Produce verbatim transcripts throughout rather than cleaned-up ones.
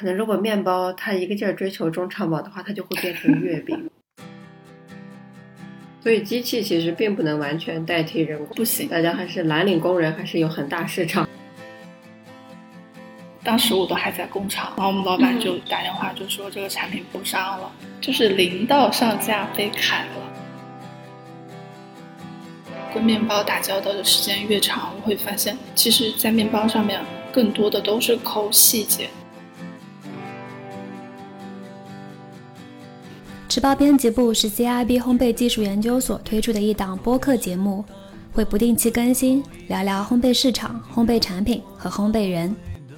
可能如果面包它一个劲儿追求中长保的话，它就会变成月饼。所以机器其实并不能完全代替人工， 不行， 大家还是蓝领工人还是有很大市场。 当时我都还在工厂，然后我们老板就打电话就说这个产品不上了，就是零到上架被砍了。跟面包打交道的时间越长，我会发现其实在面包上面更多的都是抠细节。 吃包编辑部是 C I B 烘焙技术研究所推出的一档播客节目，会不定期更新，聊聊烘焙市场、烘焙产品和烘焙人。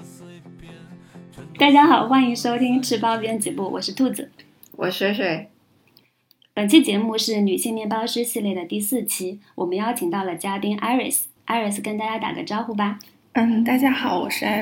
大家好，欢迎收听吃包编辑部，我是兔子， 我水水。 本期节目是女性面包师系列的第四期，我们邀请到了嘉宾 Iris。Iris 跟大家打个招呼吧。 嗯，大家好，我是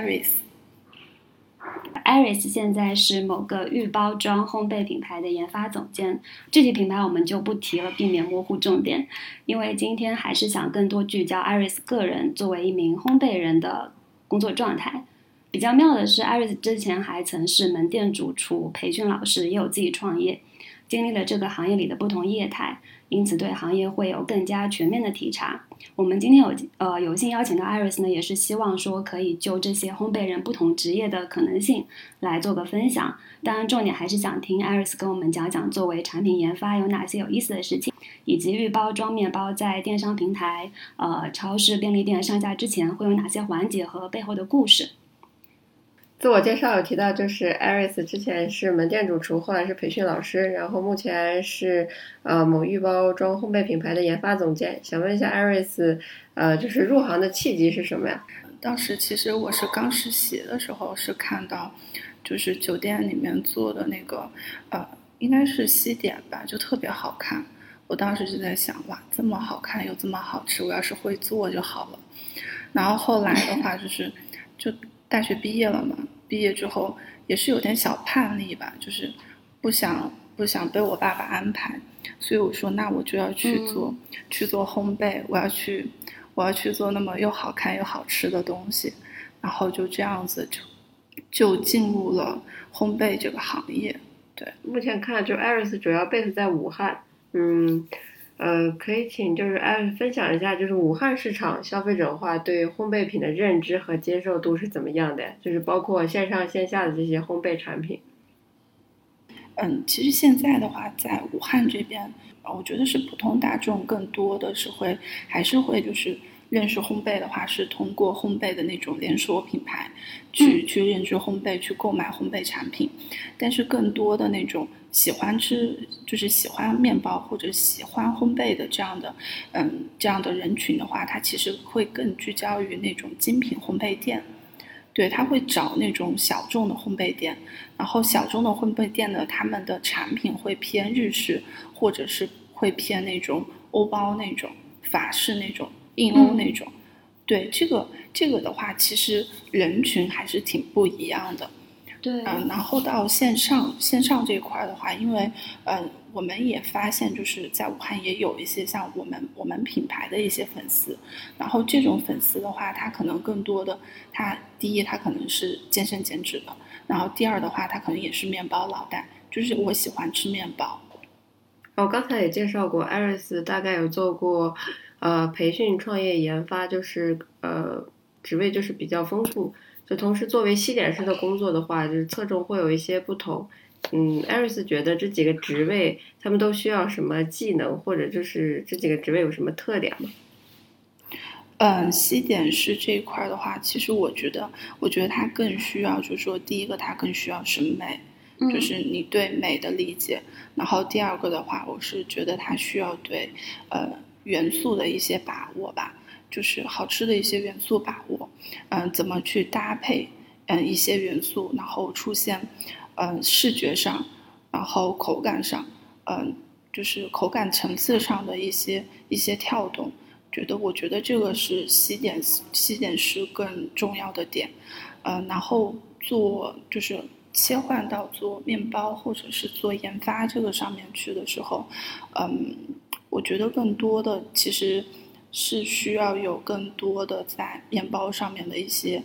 Iris。Iris 现在是某个预包装烘焙品牌的研发总监，具体品牌我们就不提了，避免模糊重点。因为今天还是想更多聚焦 Iris 个人作为一名烘焙人的工作状态。比较妙的是 Iris 之前还曾是门店主厨、培训老师，也有自己创业，经历了这个行业里的不同业态，因此对行业会有更加全面的体察。我们今天有呃有幸邀请到 Iris 呢，也是希望说可以就这些烘焙人不同职业的可能性来做个分享。当然重点还是想听 Iris 跟我们讲讲作为产品研发有哪些有意思的事情，以及预包装面包在电商平台、呃超市、便利店上架之前会有哪些环节和背后的故事。 自我介绍有提到，就是 Iris 之前是门店主厨，后来是培训老师，然后目前是呃某预包装烘焙品牌的研发总监。想问一下 Iris， 呃，就是入行的契机是什么呀？ 当时其实我是刚实习的时候是看到，就是酒店里面做的那个呃，应该是西点吧，就特别好看。我当时就在想，哇，这么好看又这么好吃，我要是会做就好了。然后后来的话就是就大学毕业了嘛，毕业之后也是有点小叛逆吧，就是不想不想被我爸爸安排，所以我说那我就要去做、嗯、去做烘焙，我要去我要去做那么又好看又好吃的东西，然后就这样子就就进入了烘焙这个行业。对， 目前看就 Iris 主要 base 在武汉，嗯。呃，可以请就是Iris分享一下，就是武汉市场消费者的话对烘焙品的认知和接受度是怎么样的？就是包括线上线下的这些烘焙产品。 嗯，其实现在的话，在武汉这边，我觉得是普通大众更多的是会还是会就是认识烘焙的话，是通过烘焙的那种连锁品牌去、嗯、去认知烘焙，去购买烘焙产品。但是更多的那种喜欢吃，就是喜欢面包或者喜欢烘焙的这样的，嗯，这样的人群的话，他其实会更聚焦于那种精品烘焙店。对，他会找那种小众的烘焙店，然后小众的烘焙店呢，他们的产品会偏日式，或者是会偏那种欧包那种、法式那种、印欧那种。嗯、对，这个这个的话，其实人群还是挺不一样的。 对， 嗯，然后到线上线上这一块的话，因为嗯，我们也发现就是在武汉也有一些像我们我们品牌的一些粉丝，然后这种粉丝的话，他可能更多的，他第一他可能是健身减脂的，然后第二的话，他可能也是面包老大，就是我喜欢吃面包。 我、哦、刚才也介绍过 ，Iris 大概有做过呃培训、创业、研发，就是呃职位就是比较丰富。就同时作为西点师的工作的话，就是侧重会有一些不同。嗯 Iris 觉得这几个职位他们都需要什么技能，或者就是这几个职位有什么特点吗？ 嗯，西点师这一块的话，其实我觉得我觉得它更需要就是说第一个它更需要审美，嗯、就是你对美的理解，然后第二个的话我是觉得它需要对呃元素的一些把握吧，就是好吃的一些元素把握，嗯、呃，怎么去搭配，嗯、呃，一些元素，然后出现，嗯、呃，视觉上，然后口感上，嗯、呃，就是口感层次上的一些一些跳动，觉得我觉得这个是西点西点师更重要的点，嗯、呃，然后做就是切换到做面包或者是做研发这个上面去的时候，嗯，我觉得更多的其实是需要有更多的在面包上面的一些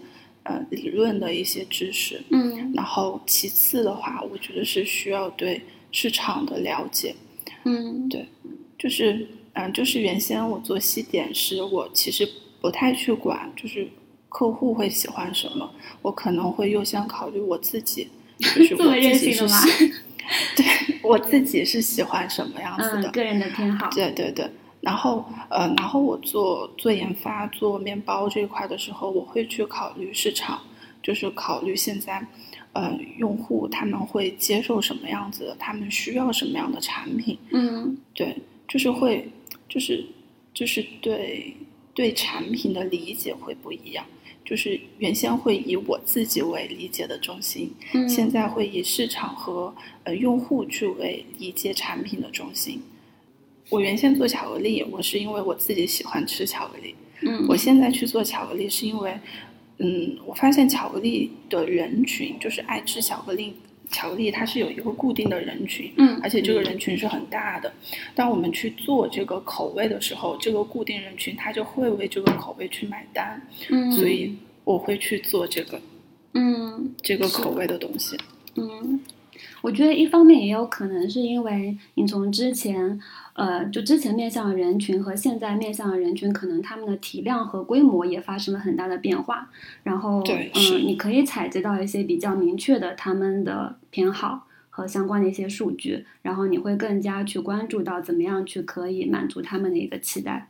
呃理论的一些知识， 嗯， 然后其次的话，我觉得是需要对市场的了解， 嗯， 对，就是嗯、呃，就是原先我做西点时，我其实不太去管，就是客户会喜欢什么，我可能会优先考虑我自己，就是这么我任性的吗？ 自己是喜对我自己是喜欢什么样子的， 嗯，个人的偏好。 对对对。然后呃，然后我做做研发、做面包这一块的时候，我会去考虑市场，就是考虑现在呃用户他们会接受什么样子的，他们需要什么样的产品。 嗯， 对，就是会，就是就是对对产品的理解会不一样。就是原先会以我自己为理解的中心， 嗯， 现在会以市场和呃用户去为理解产品的中心。我原先做巧克力，我是因为我自己喜欢吃巧克力。 嗯， 我现在去做巧克力是因为，嗯，我发现巧克力的人群，就是爱吃巧克力，巧克力它是有一个固定的人群， 嗯， 而且这个人群是很大的。当我们去做这个口味的时候，这个固定人群他就会为这个口味去买单， 嗯， 所以我会去做这个， 嗯， 这个口味的东西。 嗯，我觉得一方面也有可能是因为你从之前，呃，就之前面向的人群和现在面向的人群，可能他们的体量和规模也发生了很大的变化。然后， 对， 嗯、 是你可以采集到一些比较明确的他们的偏好和相关的一些数据，然后你会更加去关注到怎么样去可以满足他们的一个期待。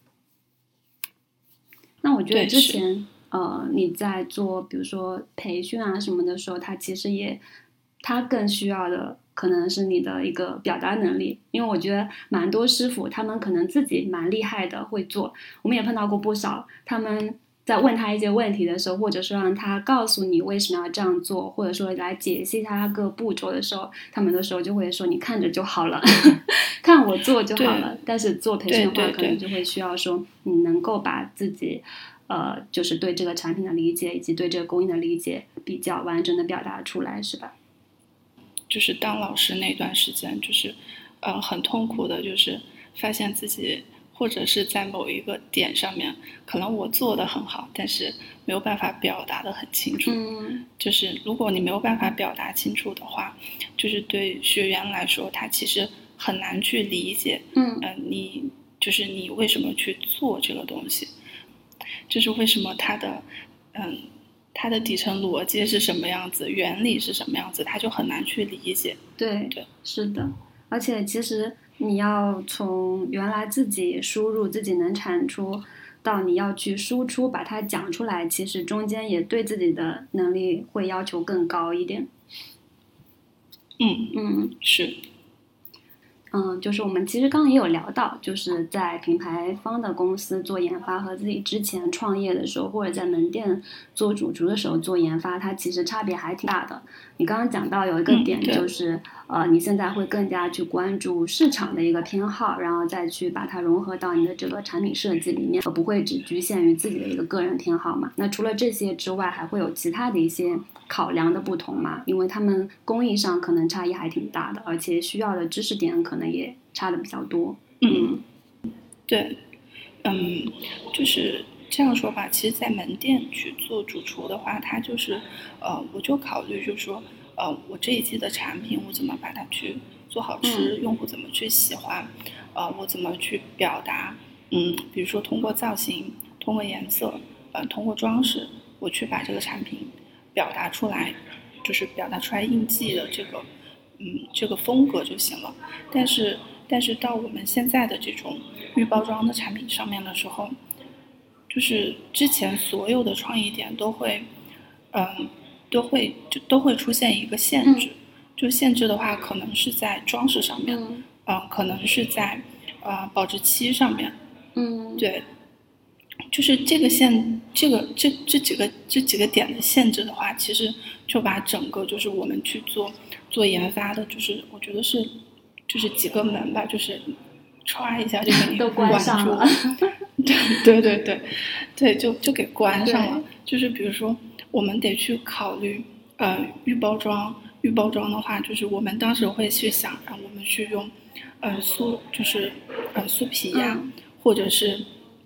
那我觉得之前，呃，你在做比如说培训啊什么的时候，它其实也，它更需要的可能是你的一个表达能力，因为我觉得蛮多师傅他们可能自己蛮厉害的会做，我们也碰到过不少，他们在问他一些问题的时候，或者说让他告诉你为什么要这样做，或者说来解析他各步骤的时候，他们的时候就会说你看着就好了看我做就好了。但是做培训的话，可能就会需要说你能够把自己呃，就是对这个产品的理解以及对这个供应的理解比较完整的表达出来，是吧？ 就是当老师那段时间，就是呃很痛苦的，就是发现自己或者是在某一个点上面，可能我做的很好，但是没有办法表达的很清楚。 嗯， 就是如果你没有办法表达清楚的话，就是对学员来说，他其实很难去理解， 嗯、 呃，你就是你为什么去做这个东西，就是为什么它的嗯。它的底层逻辑是什么样子，原理是什么样子，他就很难去理解。 对对， 是的。而且其实你要从原来自己输入自己能产出到你要去输出把它讲出来，其实中间也对自己的能力会要求更高一点。 嗯嗯， 是。 嗯，就是我们其实刚刚也有聊到，就是在品牌方的公司做研发和自己之前创业的时候，或者在门店做主厨的时候做研发，它其实差别还挺大的。你刚刚讲到有一个点，就是、嗯、呃，你现在会更加去关注市场的一个偏好，然后再去把它融合到你的这个产品设计里面，而不会只局限于自己的一个个人偏好嘛。那除了这些之外，还会有其他的一些考量的不同嘛？因为他们工艺上可能差异还挺大的，而且需要的知识点可能也差的比较多。 嗯，对，嗯，就是这样说吧。其实，在门店去做主厨的话，它就是呃，我就考虑就是说，呃，我这一季的产品我怎么把它去做好吃， 嗯、 用户怎么去喜欢，呃，我怎么去表达，嗯，比如说通过造型、通过颜色、呃，通过装饰，我去把这个产品表达出来，就是表达出来印记的这个，嗯，这个风格就行了。但是，但是到我们现在的这种预包装的产品上面的时候，就是之前所有的创意点都会，嗯，都会就都会出现一个限制。嗯、就限制的话，可能是在装饰上面，嗯、呃，可能是在呃保质期上面， 嗯， 对。就是这个限，这个这这几个这几个点的限制的话，其实就把整个就是我们去做做研发的，就是我觉得是就是几个门吧，就是歘一下就给你都关上了， 对对对对对，就就给关上了。就是比如说，我们得去考虑呃预包装，预包装的话，就是我们当时会去想，让我们去用呃酥，就是呃酥皮呀、啊， 嗯、 或者是。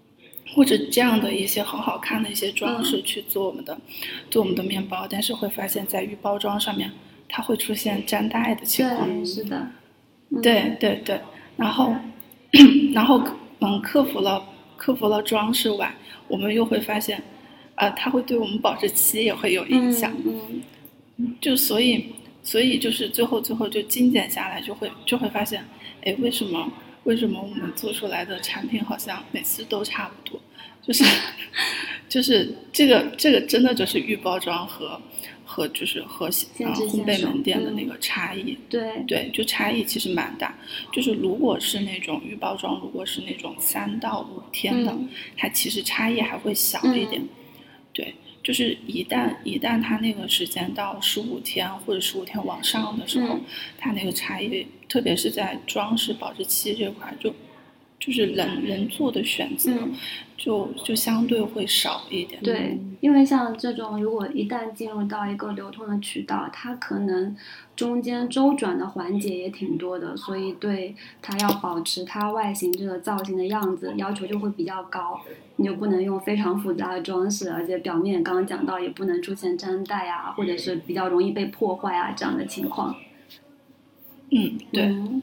或者这样的一些很好看的一些装饰去做我们的、嗯、做我们的面包，但是会发现在预包装上面它会出现粘带的情况。 对，是的， 嗯、对对对，然后然后嗯克服了克服了装饰外，我们又会发现呃它会对我们保质期也会有影响。 嗯嗯，就所以所以就是最后最后就精简下来，就会就会发现，哎，为什么为什么我们做出来的产品好像每次都差不多？就是就是这个这个真的就是预包装和和就是和呃烘焙门店的那个差异。 嗯、对对，就差异其实蛮大。就是如果是那种预包装，如果是那种三到五天的，嗯、它其实差异还会小一点。嗯、对。就是一旦一旦它那个时间到十五天或者十五天往上的时候，嗯、它那个差异，特别是在装饰保质期这块，就就是人人做的选择，嗯、就就相对会少一点。 对，因为像这种如果一旦进入到一个流通的渠道，它可能中间周转的环节也挺多的，所以对它要保持它外形这个造型的样子要求就会比较高。你就不能用非常复杂的装饰，而且表面刚刚讲到也不能出现粘带啊，或者是比较容易被破坏啊这样的情况。 嗯，对。 嗯、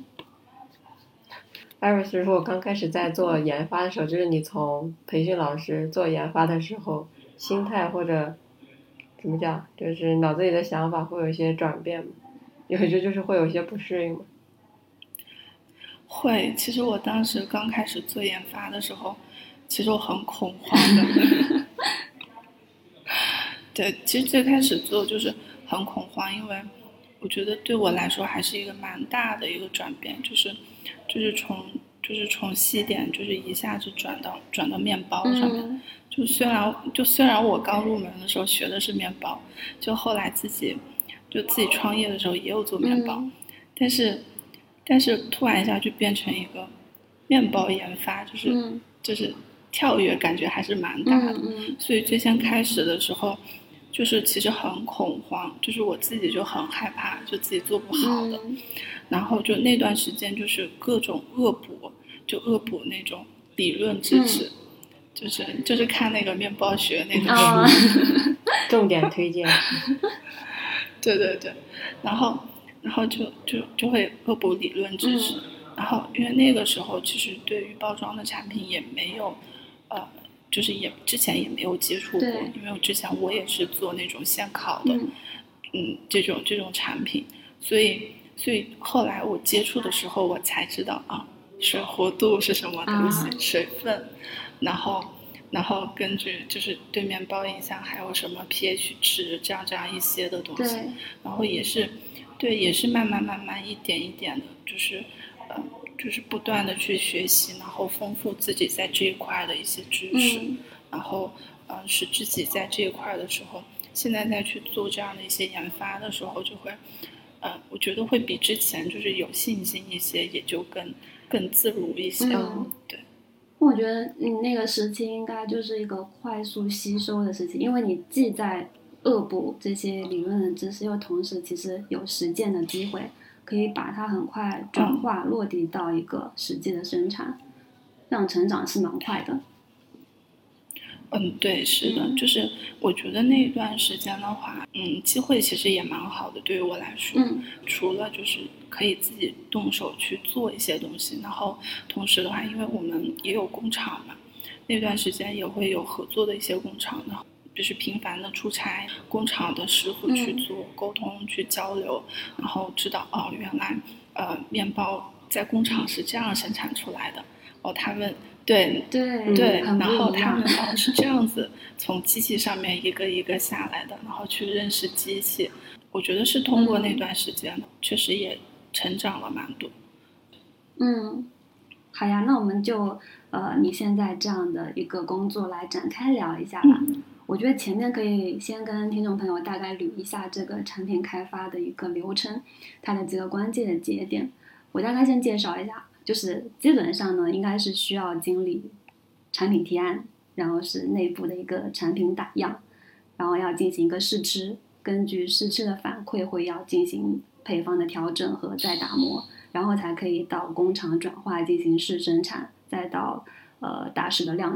Iris 如果刚开始在做研发的时候，就是你从培训老师做研发的时候，心态或者怎么讲，就是脑子里的想法会有一些转变吗？有些就是会有一些不适应吗？ 会，其实我当时刚开始做研发的时候，其实我很恐慌的。对，其实最开始做就是很恐慌，因为我觉得对我来说还是一个蛮大的一个转变，就是就是从就是从西点就是一下子转到转到面包上面。嗯、就虽然就虽然我刚入门的时候学的是面包，就后来自己就自己创业的时候也有做面包，嗯、但是但是突然一下就变成一个面包研发，就是、嗯、就是跳跃感觉还是蛮大的。 嗯嗯、 所以最先开始的时候就是其实很恐慌，就是我自己就很害怕就自己做不好的。 嗯、 然后就那段时间就是各种恶补，就恶补那种理论知识。嗯、就是就是看那个面包学那个书、 哦、 重点推荐。 对对对，然后然后就就就会恶补理论知识。嗯、然后因为那个时候其实对于包装的产品也没有呃就是也之前也没有接触过，因为我之前我也是做那种现烤的。嗯, 嗯这种这种产品，所以所以后来我接触的时候我才知道啊，水活度是什么东西、啊、水分，然后然后根据就是对面包影响还有什么 pH 值这样这样一些的东西，然后也是对也是慢慢慢慢一点一点的就是呃就是不断的去学习，然后丰富自己在这一块的一些知识。 嗯、 然后嗯、呃，使自己在这一块的时候，现在再去做这样的一些研发的时候，就会呃我觉得会比之前就是有信心一些，也就更更自如一些。 嗯、 对， 我觉得你那个时期应该就是一个快速吸收的时期，因为你既在恶补这些理论的知识，又同时其实有实践的机会，可以把它很快转化、嗯、落地到一个实际的生产，这样成长是蛮快的。 嗯，对，是的，嗯、就是我觉得那段时间的话，嗯，机会其实也蛮好的，对于我来说， 嗯、 除了就是可以自己动手去做一些东西，然后同时的话，因为我们也有工厂嘛，那段时间也会有合作的一些工厂的，就是频繁的出差，工厂的师傅去做、嗯、沟通、去交流，然后知道哦，原来呃面包在工厂是这样生产出来的，哦，他们。对对对，然后他们哦是这样子从机器上面一个一个下来的，然后去认识机器，我觉得是通过那段时间、嗯、确实也成长了蛮多。 嗯，好呀，那我们就呃你现在这样的一个工作来展开聊一下吧。 嗯、 我觉得前面可以先跟听众朋友大概捋一下这个产品开发的一个流程，它的几个关键的节点，我大概先介绍一下。就是基本上呢，应该是需要经历产品提案，然后是内部的一个产品打样，然后要进行一个试吃，根据试吃的反馈会要进行配方的调整和再打磨，然后才可以到工厂转化进行试生产，再到呃大师的量产，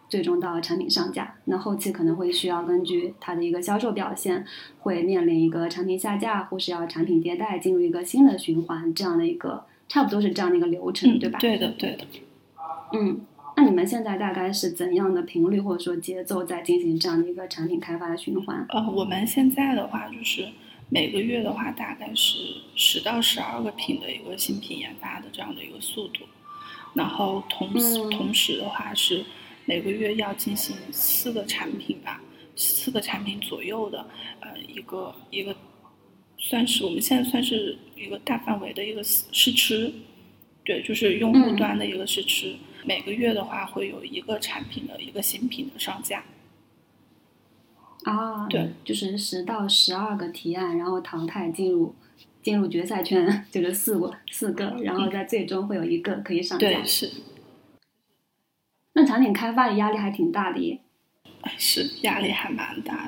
最终到产品上架。那后期可能会需要根据它的一个销售表现，会面临一个产品下架，或是要产品迭代，进入一个新的循环，这样的一个差不多是这样的一个流程， 嗯、 对吧？ 对的，对的。 嗯，那你们现在大概是怎样的频率或者说节奏在进行这样的一个产品开发的循环？ 呃，我们现在的话就是每个月的话大概是十到十二个品的一个新品研发的这样的一个速度，然后同时、嗯、同时的话是每个月要进行四个产品吧，四个产品左右的呃一个一个算是我们现在算是一个大范围的一个试吃，对，就是用户端的一个试吃。嗯，每个月的话会有一个产品的一个新品的上架。 啊， 对， 就是十到十二个提案，然后淘汰进入进入决赛圈，就是四个四个，然后在最终会有一个可以上架。 对，是。 那产品开发的压力还挺大的耶。 是，压力还蛮大的。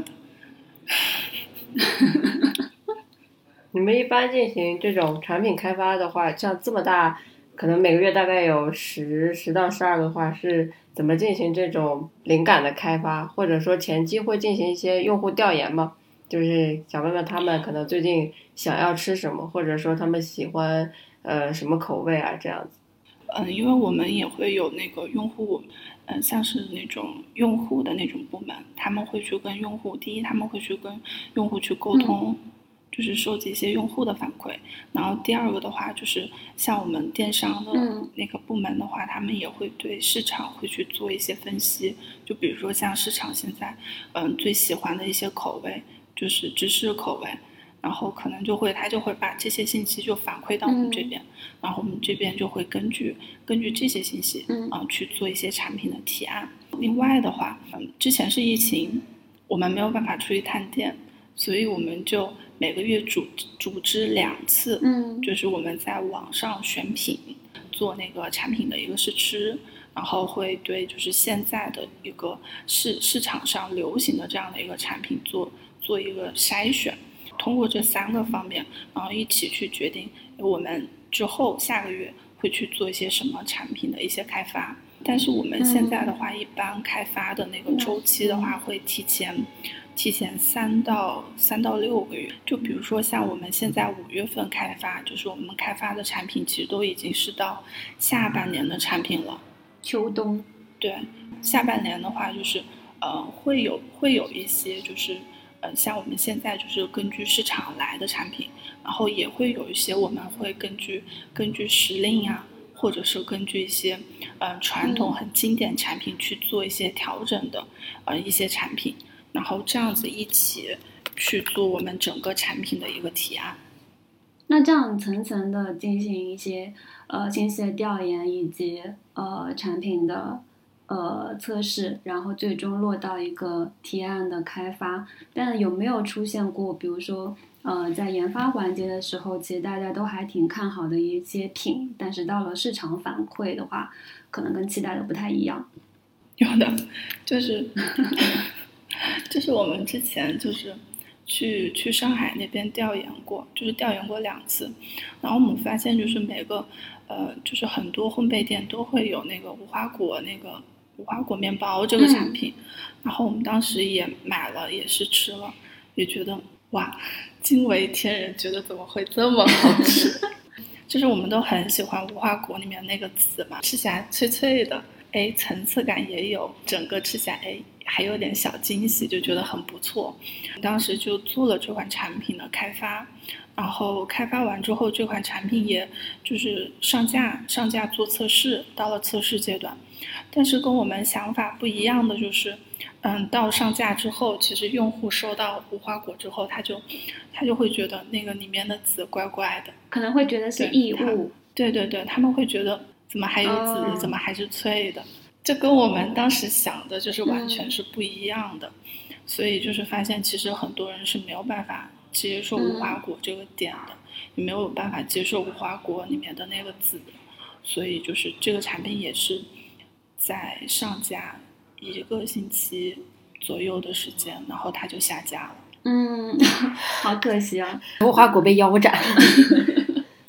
你们一般进行这种产品开发的话，像这么大，可能每个月大概有十十到十二个话，是怎么进行这种灵感的开发？或者说前期会进行一些用户调研吗？就是想问问他们可能最近想要吃什么，或者说他们喜欢呃什么口味啊这样子。 嗯，因为我们也会有那个用户，嗯，像是那种用户的那种部门，他们会去跟用户，第一他们会去跟用户去沟通。嗯，就是收集一些用户的反馈，然后第二个的话就是像我们电商的那个部门的话，嗯，他们也会对市场会去做一些分析，就比如说像市场现在嗯最喜欢的一些口味就是芝士口味，然后可能就会他就会把这些信息就反馈到我们这边，嗯，然后我们这边就会根据根据这些信息嗯、呃、去做一些产品的提案。另外的话嗯之前是疫情，我们没有办法出去探店，所以我们就每个月组组织两次，嗯，就是我们在网上选品，做那个产品的一个试吃，然后会对就是现在的一个市市场上流行的这样的一个产品做做一个筛选，通过这三个方面，然后一起去决定我们之后下个月会去做一些什么产品的一些开发。但是我们现在的话，嗯，一般开发的那个周期的话，会提前。提前三到三到六个月，就比如说像我们现在五月份开发，就是我们开发的产品其实都已经是到下半年的产品了。 秋冬。 对，下半年的话就是呃会有会有一些就是呃像我们现在就是根据市场来的产品，然后也会有一些我们会根据根据时令啊，或者是根据一些呃传统很经典产品去做一些调整的呃一些产品。然后这样子一起去做我们整个产品的一个提案。 那这样层层的进行一些呃信息的调研以及呃产品的呃测试，然后最终落到一个提案的开发。但有没有出现过，比如说呃在研发环节的时候，其实大家都还挺看好的一些品，但是到了市场反馈的话，可能跟期待的不太一样？ 有的，就是就是我们之前就是去去上海那边调研过，就是调研过两次，然后我们发现就是每个呃就是很多烘焙店都会有那个无花果那个无花果面包这个产品，嗯，然后我们当时也买了，也是吃了，也觉得哇惊为天人，觉得怎么会这么好吃。就是我们都很喜欢无花果里面那个籽嘛，吃起来脆脆的，哎，层次感也有，整个吃起来哎还有点小惊喜，就觉得很不错。当时就做了这款产品的开发，然后开发完之后，这款产品也就是上架上架做测试，到了测试阶段。但是跟我们想法不一样的就是，嗯，到上架之后，其实用户收到无花果之后，他就他就会觉得那个里面的籽怪怪的， 可能会觉得是异物。 对对对，他们会觉得怎么还有籽，哦，怎么还是脆的。这跟我们当时想的就是完全是不一样的，嗯，所以就是发现其实很多人是没有办法接受无花果这个点的，嗯，也没有办法接受无花果里面的那个籽，所以就是这个产品也是在上架一个星期左右的时间，然后它就下架了。 嗯，好可惜啊， 无花果被腰斩。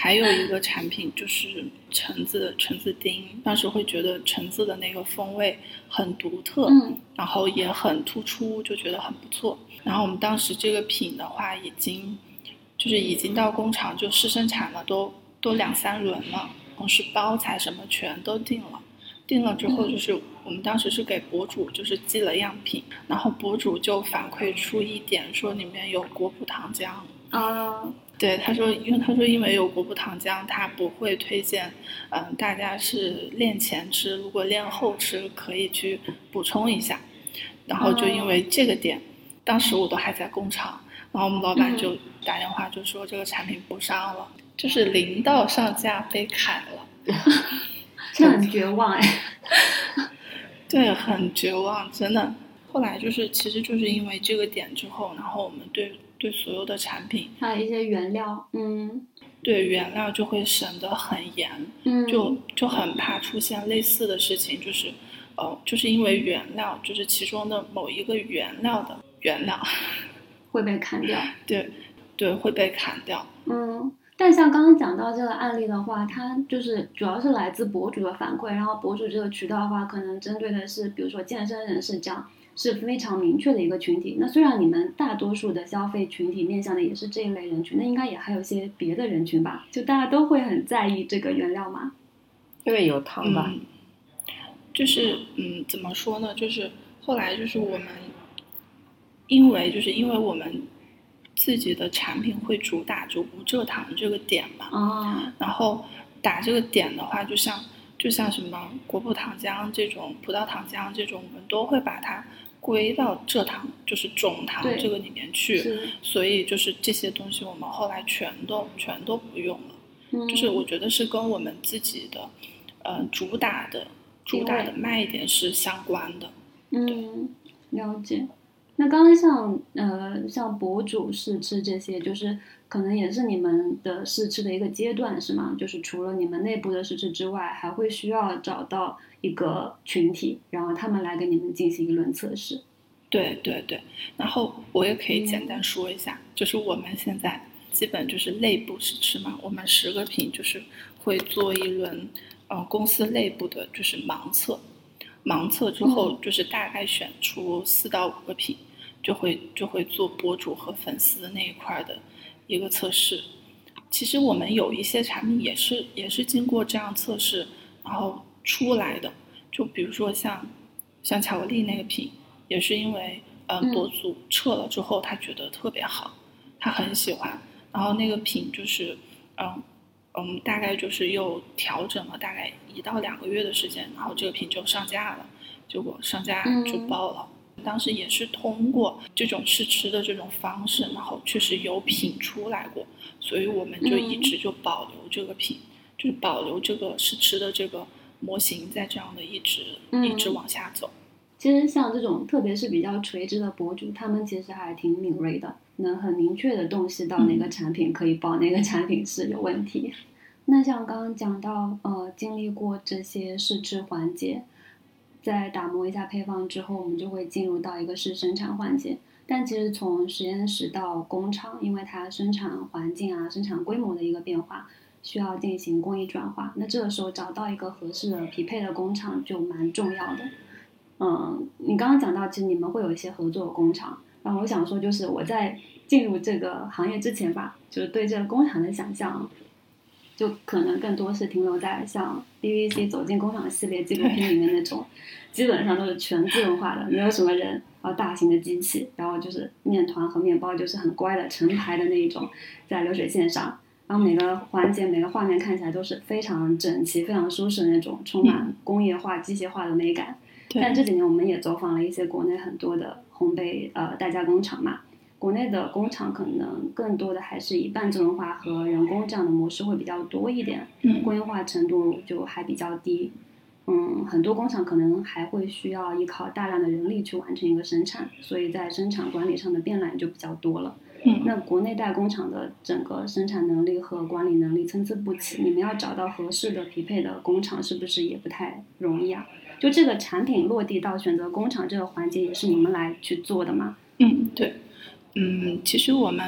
还有一个产品就是橙子橙子丁，当时会觉得橙子的那个风味很独特， 嗯， 然后也很突出，就觉得很不错。然后我们当时这个品的话，已经就是已经到工厂就试生产了，都都两三轮了，同时包材什么全都定了。定了之后，就是我们当时是给博主就是寄了样品，然后博主就反馈出一点，说里面有果脯糖浆啊。 对，他说，因为他说因为有果脯糖浆，他不会推荐，嗯，大家是练前吃，如果练后吃可以去补充一下。然后就因为这个点，当时我都还在工厂，然后我们老板就打电话就说这个产品不上了，就是零到上架被砍了。 那很绝望哎。 对，很绝望，真的。后来就是其实就是因为这个点之后，然后我们对对所有的产品还有一些原料，嗯， 对原料就会审得很严， 嗯， 就就很怕出现类似的事情，就是呃就是因为原料就是其中的某一个原料的原料会被砍掉。 对对，会被砍掉。 嗯，但像刚刚讲到这个案例的话，它就是主要是来自博主的反馈，然后博主这个渠道的话，可能针对的是比如说健身人士这样是非常明确的一个群体。那虽然你们大多数的消费群体面向的也是这一类人群，那应该也还有一些别的人群吧？就大家都会很在意这个原料吗？ 因为有糖吧。 嗯，就是嗯，怎么说呢？就是后来就是我们，因为就是因为我们自己的产品会主打就无蔗糖这个点嘛， 哦， 然后打这个点的话，就像就像什么果脯糖浆这种、葡萄糖浆这种，我们都会把它归到蔗糖，就是种糖这个里面去。所以就是这些东西我们后来全都全都不用了。 嗯， 就是我觉得是跟我们自己的，呃，主打的主打的卖点是相关的。 嗯，了解。那刚刚像呃像博主试吃这些，就是可能也是你们的试吃的一个阶段是吗？就是除了你们内部的试吃之外，还会需要找到一个群体，然后他们来给你们进行一轮测试。 对对对，然后我也可以简单说一下，嗯、就是我们现在基本就是内部试吃嘛，我们十个品就是会做一轮呃公司内部的就是盲测，盲测之后就是大概选出四到五个品。嗯就会就会做博主和粉丝那一块的一个测试。其实我们有一些产品也是也是经过这样测试然后出来的，就比如说像像巧克力那个品，也是因为嗯博主测了之后他觉得特别好，他很喜欢，然后那个品就是嗯嗯大概就是又调整了大概一到两个月的时间，然后这个品就上架了，结果上架就爆了。嗯，当时也是通过这种试吃的这种方式，然后确实有品出来过，所以我们就一直就保留这个品，嗯、就是保留这个试吃的这个模型，在这样的一直、嗯、一直往下走。 其实像这种特别是比较垂直的博主，他们其实还挺敏锐的，能很明确的洞悉到哪个产品可以报，嗯、哪个产品是有问题。那像刚刚讲到呃，经历过这些试吃环节，在打磨一下配方之后，我们就会进入到一个是生产环节。但其实从实验室到工厂，因为它生产环境啊、生产规模的一个变化，需要进行工艺转化。那这个时候找到一个合适的匹配的工厂就蛮重要的。嗯，你刚刚讲到，其实你们会有一些合作的工厂。然后我想说，就是我在进入这个行业之前吧，就是对这个工厂的想象，就可能更多是停留在像 B B C 走进工厂系列纪录片里面那种，基本上都是全自动化的，没有什么人，然后大型的机器，然后就是面团和面包就是很乖的成排的那一种，在流水线上，然后每个环节每个画面看起来都是非常整齐、非常舒适的那种，充满工业化、机械化的美感。但这几年我们也走访了一些国内很多的烘焙呃代加工厂嘛。国内的工厂可能更多的还是以半自动化和人工这样的模式会比较多一点，工业化程度就还比较低。嗯，很多工厂可能还会需要依靠大量的人力去完成一个生产，所以在生产管理上的变懒就比较多了。嗯，那国内代工厂的整个生产能力和管理能力参差不齐，你们要找到合适的匹配的工厂是不是也不太容易啊？就这个产品落地到选择工厂这个环节也是你们来去做的吗？ 嗯，对。嗯，其实我们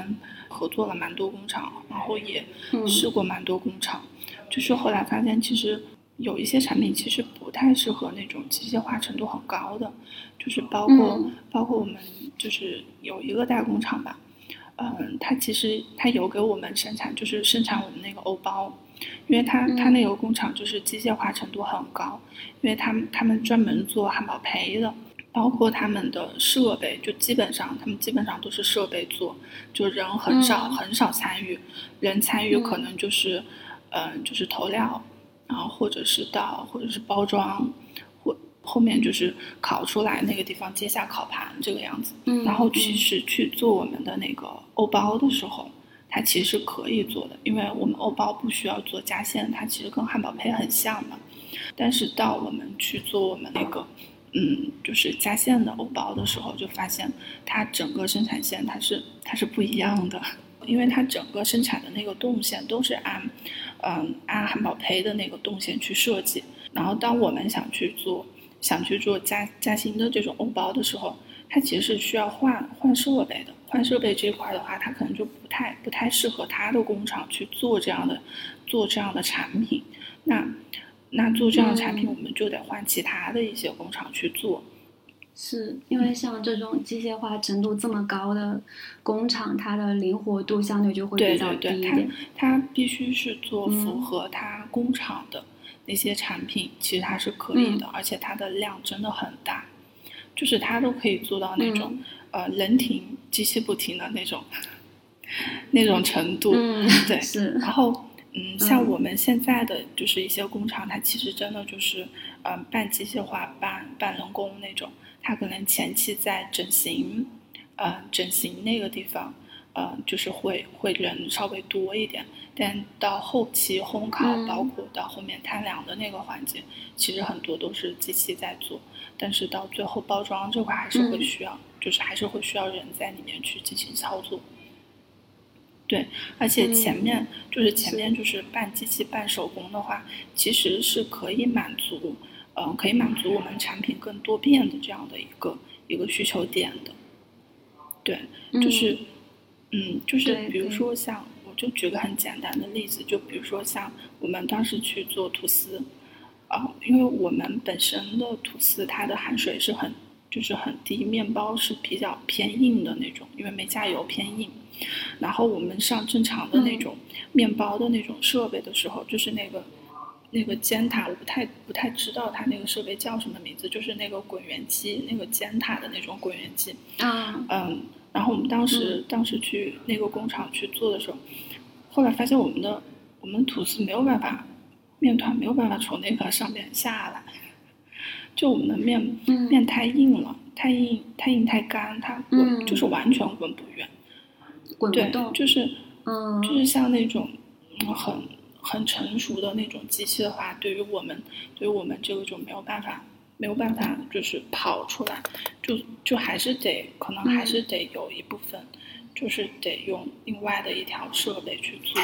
合作了蛮多工厂，然后也试过蛮多工厂，嗯、就是后来发现其实有一些产品其实不太适合那种机械化程度很高的，就是包括、嗯、包括我们就是有一个大工厂吧，嗯，它其实它有给我们生产，就是生产我们那个欧包，因为它它那个工厂就是机械化程度很高，因为他们他们专门做汉堡胚的。包括他们的设备，就基本上他们基本上都是设备做，就人很少、嗯、很少参与，人参与可能就是，嗯、呃，就是投料，然后或者是到或者是包装，或后面就是烤出来那个地方接下烤盘这个样子。嗯，然后其实去做我们的那个欧包的时候，它其实可以做的，因为我们欧包不需要做夹馅，它其实跟汉堡胚很像嘛。但是到我们去做我们那个。嗯，就是夹馅的欧包的时候，就发现它整个生产线它是它是不一样的，因为它整个生产的那个动线都是按，嗯，按汉堡胚的那个动线去设计。然后当我们想去做想去做夹夹心的这种欧包的时候，它其实是需要换换设备的。换设备这一块的话，它可能就不太不太适合它的工厂去做这样的做这样的产品。那。那做这样的产品，我们就得换其他的一些工厂去做。 是因为像这种机械化程度这么高的工厂，它的灵活度相对就会比较低一点。 对对对，它它必须是做符合它工厂的那些产品，嗯、其实它是可以的，嗯、而且它的量真的很大，就是它都可以做到那种、嗯、呃人停机器不停的那种那种程度。 嗯， 对， 是。 然后。嗯，像我们现在的就是一些工厂，它其实真的就是，嗯、呃，半机械化、半半人工那种。它可能前期在整形，呃，整形那个地方，呃，就是会会人稍微多一点，但到后期烘烤， 嗯、 包括到后面摊凉的那个环节，其实很多都是机器在做。但是到最后包装这块还是会需要，嗯、就是还是会需要人在里面去进行操作。对，而且前面、嗯、就是前面就是半机器半手工的话，其实是可以满足，呃，可以满足我们产品更多变的这样的一个一个需求点的。对，就是，嗯，嗯就是比如说像，我就举个很简单的例子，就比如说像我们当时去做吐司，啊、呃，因为我们本身的吐司它的含水是很就是很低，面包是比较偏硬的那种，因为没加油偏硬。然后我们上正常的那种面包的那种设备的时候，嗯、就是那个那个煎塔，我不太不太知道它那个设备叫什么名字，就是那个滚圆机，那个煎塔的那种滚圆机。 啊， 嗯，然后我们当时、嗯、当时去那个工厂去做的时候，后来发现我们的我们吐司没有办法，面团没有办法从那个上面下来，就我们的面、嗯、面太硬了，太硬太硬太干，它滚、嗯、就是完全滚不圆。 滚不动， 对，就是， 嗯， 就是像那种很很成熟的那种机器的话，对于我们，对于我们这个就没有办法，没有办法，就是跑出来，就就还是得，可能还是得有一部分，嗯、就是得用另外的一条设备去做。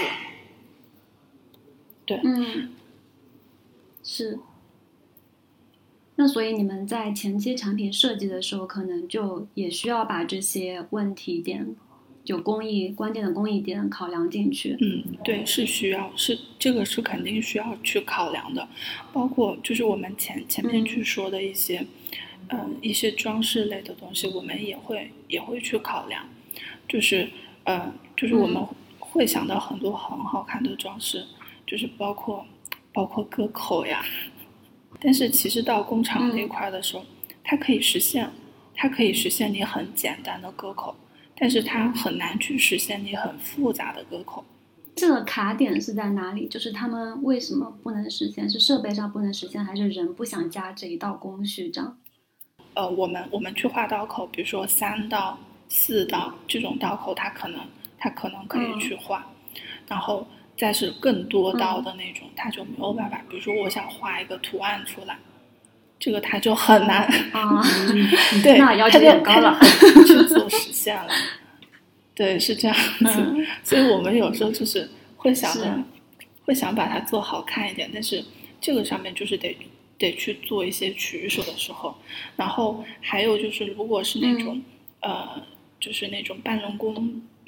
对， 嗯，是。那所以你们在前期产品设计的时候，可能就也需要把这些问题点。就工艺关键的工艺点考量进去。 嗯，对，是需要，是这个是肯定需要去考量的，包括就是我们前前面去说的一些，嗯、呃，一些装饰类的东西，我们也会也会去考量，就是呃，就是我们会想到很多很好看的装饰，就是包括包括割口呀，但是其实到工厂那块的时候，嗯、它可以实现，它可以实现你很简单的割口。但是它很难去实现你很复杂的割口。 这个卡点是在哪里？就是他们为什么不能实现？是设备上不能实现，还是人不想加这一道工序这样？ 呃，我们我们去画刀口，比如说三到四刀这种刀口，它可能它可能可以去画，嗯、然后再是更多刀的那种，嗯、它就没有办法。比如说我想画一个图案出来。这个它就很难啊， 对， 那要求很高了， 去做实现了，对，是这样子。嗯、所以我们有时候就是会想着，会想把它做好看一点，但是这个上面就是得得去做一些取舍的时候。然后还有就是，如果是那种、嗯、呃，就是那种半人工，嗯，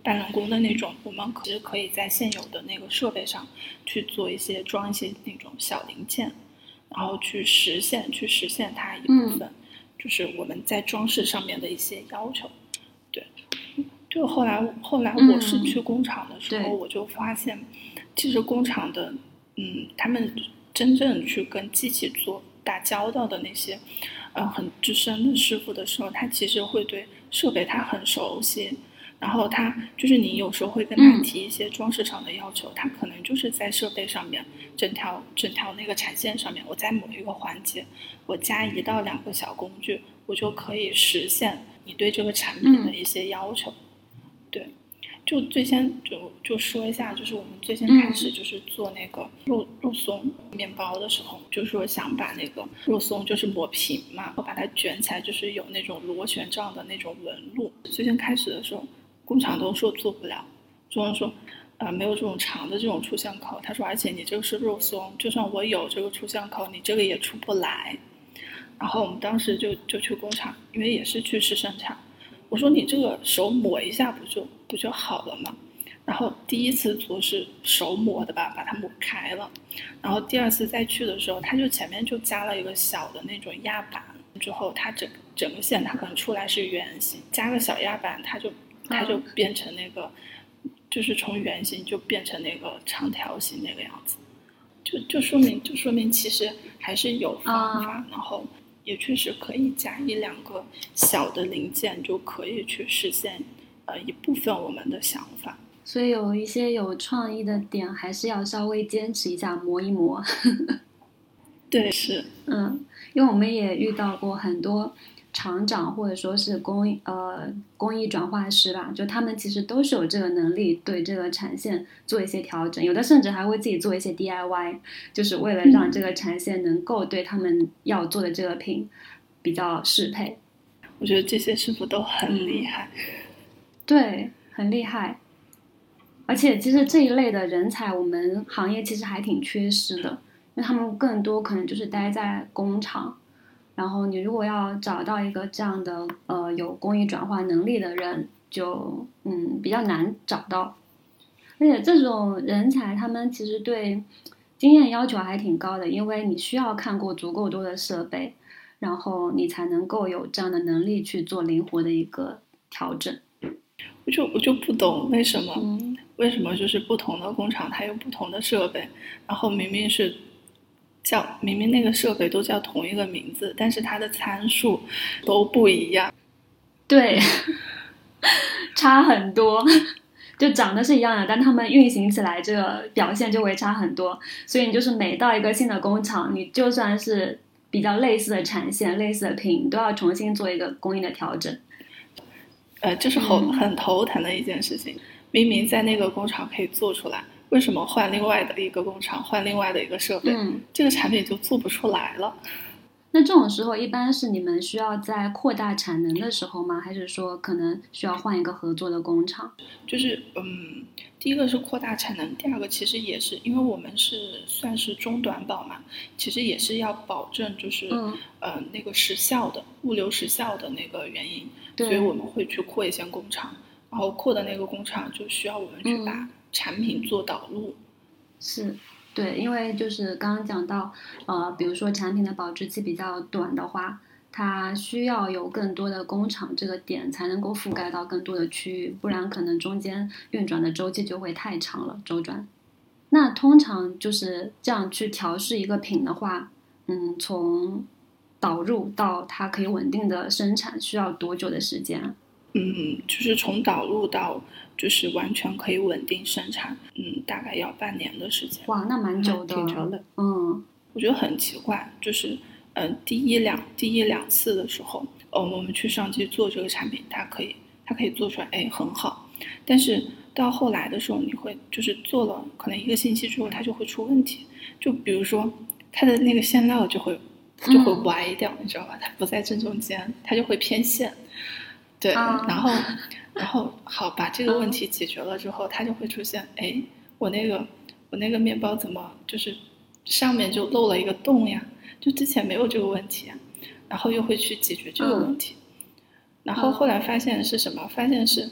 半人工的那种，我们其实可以在现有的那个设备上去做一些装一些那种小零件，然后去实现去实现它一部分、嗯、就是我们在装饰上面的一些要求。对，就后来后来我是去工厂的时候、嗯、我就发现其实工厂的嗯，他们真正去跟机器做打交道的那些呃很资深的师傅的时候，他其实会对设备他很熟悉，然后他就是你有时候会跟他提一些装饰上的要求、嗯、他可能就是在设备上面整条整条那个产线上面，我在某一个环节我加一到两个小工具，我就可以实现你对这个产品的一些要求、嗯、对。就最先就就说一下，就是我们最先开始就是做那个肉、嗯、肉松面包的时候，就是说想把那个肉松就是抹平嘛，我把它卷起来，就是有那种螺旋状的那种纹路。最先开始的时候，工厂都说做不了，说说呃没有这种长的这种出项口，他说而且你这个是肉松，就算我有这个出项口，你这个也出不来。然后我们当时就就去工厂，因为也是去试生产。我说你这个手抹一下不就不就好了吗？然后第一次做是手抹的吧，把它抹开了。然后第二次再去的时候，它就前面就加了一个小的那种压板，之后它整整个线它可能出来是圆形，加个小压板，它就它就变成那个，就是从圆形就变成那个长条形那个样子。就就说明就说明其实还是有方法，然后。也确实可以加一两个小的零件，就可以去实现呃一部分我们的想法。 所以有一些有创意的点，还是要稍微坚持一下，磨一磨。 对，是， 嗯，因为我们也遇到过很多厂长或者说是工呃工艺转化师吧，就他们其实都是有这个能力对这个产线做一些调整，有的甚至还会自己做一些 D I Y， 就是为了让这个产线能够对他们要做的这个品比较适配。 我觉得这些师傅都很厉害、嗯、 对，很厉害。而且其实这一类的人才我们行业其实还挺缺失的，因为他们更多可能就是待在工厂，然后你如果要找到一个这样的呃有工艺转化能力的人，就嗯比较难找到。而且这种人才他们其实对经验要求还挺高的，因为你需要看过足够多的设备，然后你才能够有这样的能力去做灵活的一个调整。 我就我就不懂为什么、嗯、为什么就是不同的工厂它有不同的设备，然后明明是叫明明那个设备都叫同一个名字，但是它的参数都不一样。 对，差很多，就长得是一样的，但他们运行起来这个表现就会差很多。所以你就是每到一个新的工厂，你就算是比较类似的产线、类似的品，你都要重新做一个工艺的调整。 呃，这是很很头疼的一件事情。明明在那个工厂可以做出来，为什么换另外的一个工厂，换另外的一个设备、嗯、这个产品就做不出来了？ 那这种时候一般是你们需要在扩大产能的时候吗？还是说可能需要换一个合作的工厂？ 就是嗯，第一个是扩大产能，第二个其实也是因为我们是算是中短保嘛，其实也是要保证就是、嗯、呃那个时效的物流时效的那个原因，所以我们会去扩一些工厂，然后扩的那个工厂就需要我们去把产品做导入。 嗯、是。对，因为就是刚刚讲到，呃，比如说产品的保质期比较短的话，它需要有更多的工厂这个点才能够覆盖到更多的区域，不然可能中间运转的周期就会太长了，周转。那通常就是这样去调试一个品的话，嗯，从导入到它可以稳定的生产需要多久的时间啊？ 嗯，就是从导入到就是完全可以稳定生产，嗯，大概要半年的时间。 哇，那蛮久的， 挺长的。 嗯， 我觉得很奇怪，就是嗯、呃，第一两第一两次的时候，呃，我们去上机做这个产品，它可以它可以做出来，哎，很好。但是到后来的时候，你会就是做了可能一个星期之后，它就会出问题。就比如说它的那个馅料就会就会歪掉，嗯、你知道吧？它不在正中间，它就会偏线。对，啊、然后，然后好，把这个问题解决了之后，它就会出现，哎，我那个我那个面包怎么就是上面就漏了一个洞呀？就之前没有这个问题啊，然后又会去解决这个问题，嗯、然后后来发现是什么？发现是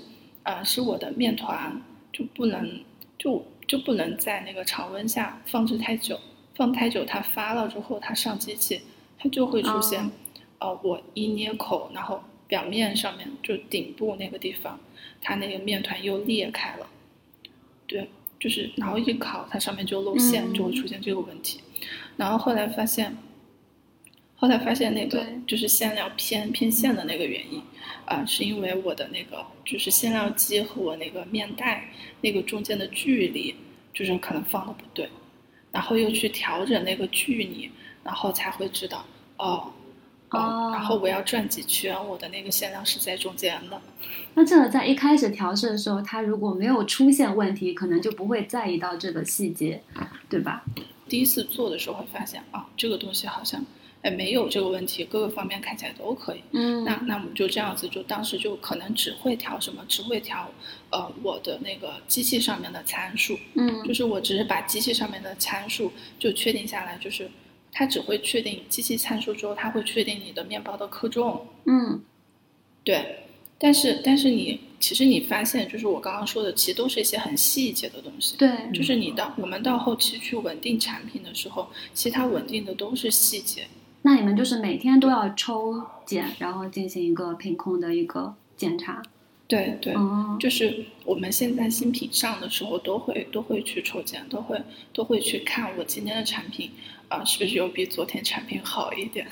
呃，是我的面团就不能就就不能在那个常温下放置太久，放太久它发了之后，它上机器，它就会出现，哦、呃，我一捏口，然后表面上面就顶部那个地方，它那个面团又裂开了，对，就是然后一烤，它上面就露馅，就会出现这个问题。嗯、然后后来发现，后来发现那个就是馅料偏偏馅的那个原因。啊、呃，是因为我的那个就是馅料机和我那个面袋那个中间的距离，就是可能放的不对，然后又去调整那个距离，然后才会知道哦哦，哦然后我要转几圈，我的那个馅料是在中间的。 那这个在一开始调试的时候，它如果没有出现问题，可能就不会在意到这个细节，对吧？ 第一次做的时候会发现啊、哦，这个东西好像。哎，没有这个问题，各个方面看起来都可以。嗯，那那我们就这样子，就当时就可能只会调什么，只会调，呃，我的那个机器上面的参数。嗯，就是我只是把机器上面的参数就确定下来，就是它只会确定机器参数之后，它会确定你的面包的克重。嗯，对。但是但是你其实你发现，就是我刚刚说的，其实都是一些很细节的东西。 对， 就是你到我们到后期去稳定产品的时候，其实它稳定的都是细节。 那你们就是每天都要抽检，然后进行一个品控的一个检查。 对对、哦，就是我们现在新品上的时候都会都会去抽检，都会都会去看我今天的产品啊、呃、是不是有比昨天产品好一点。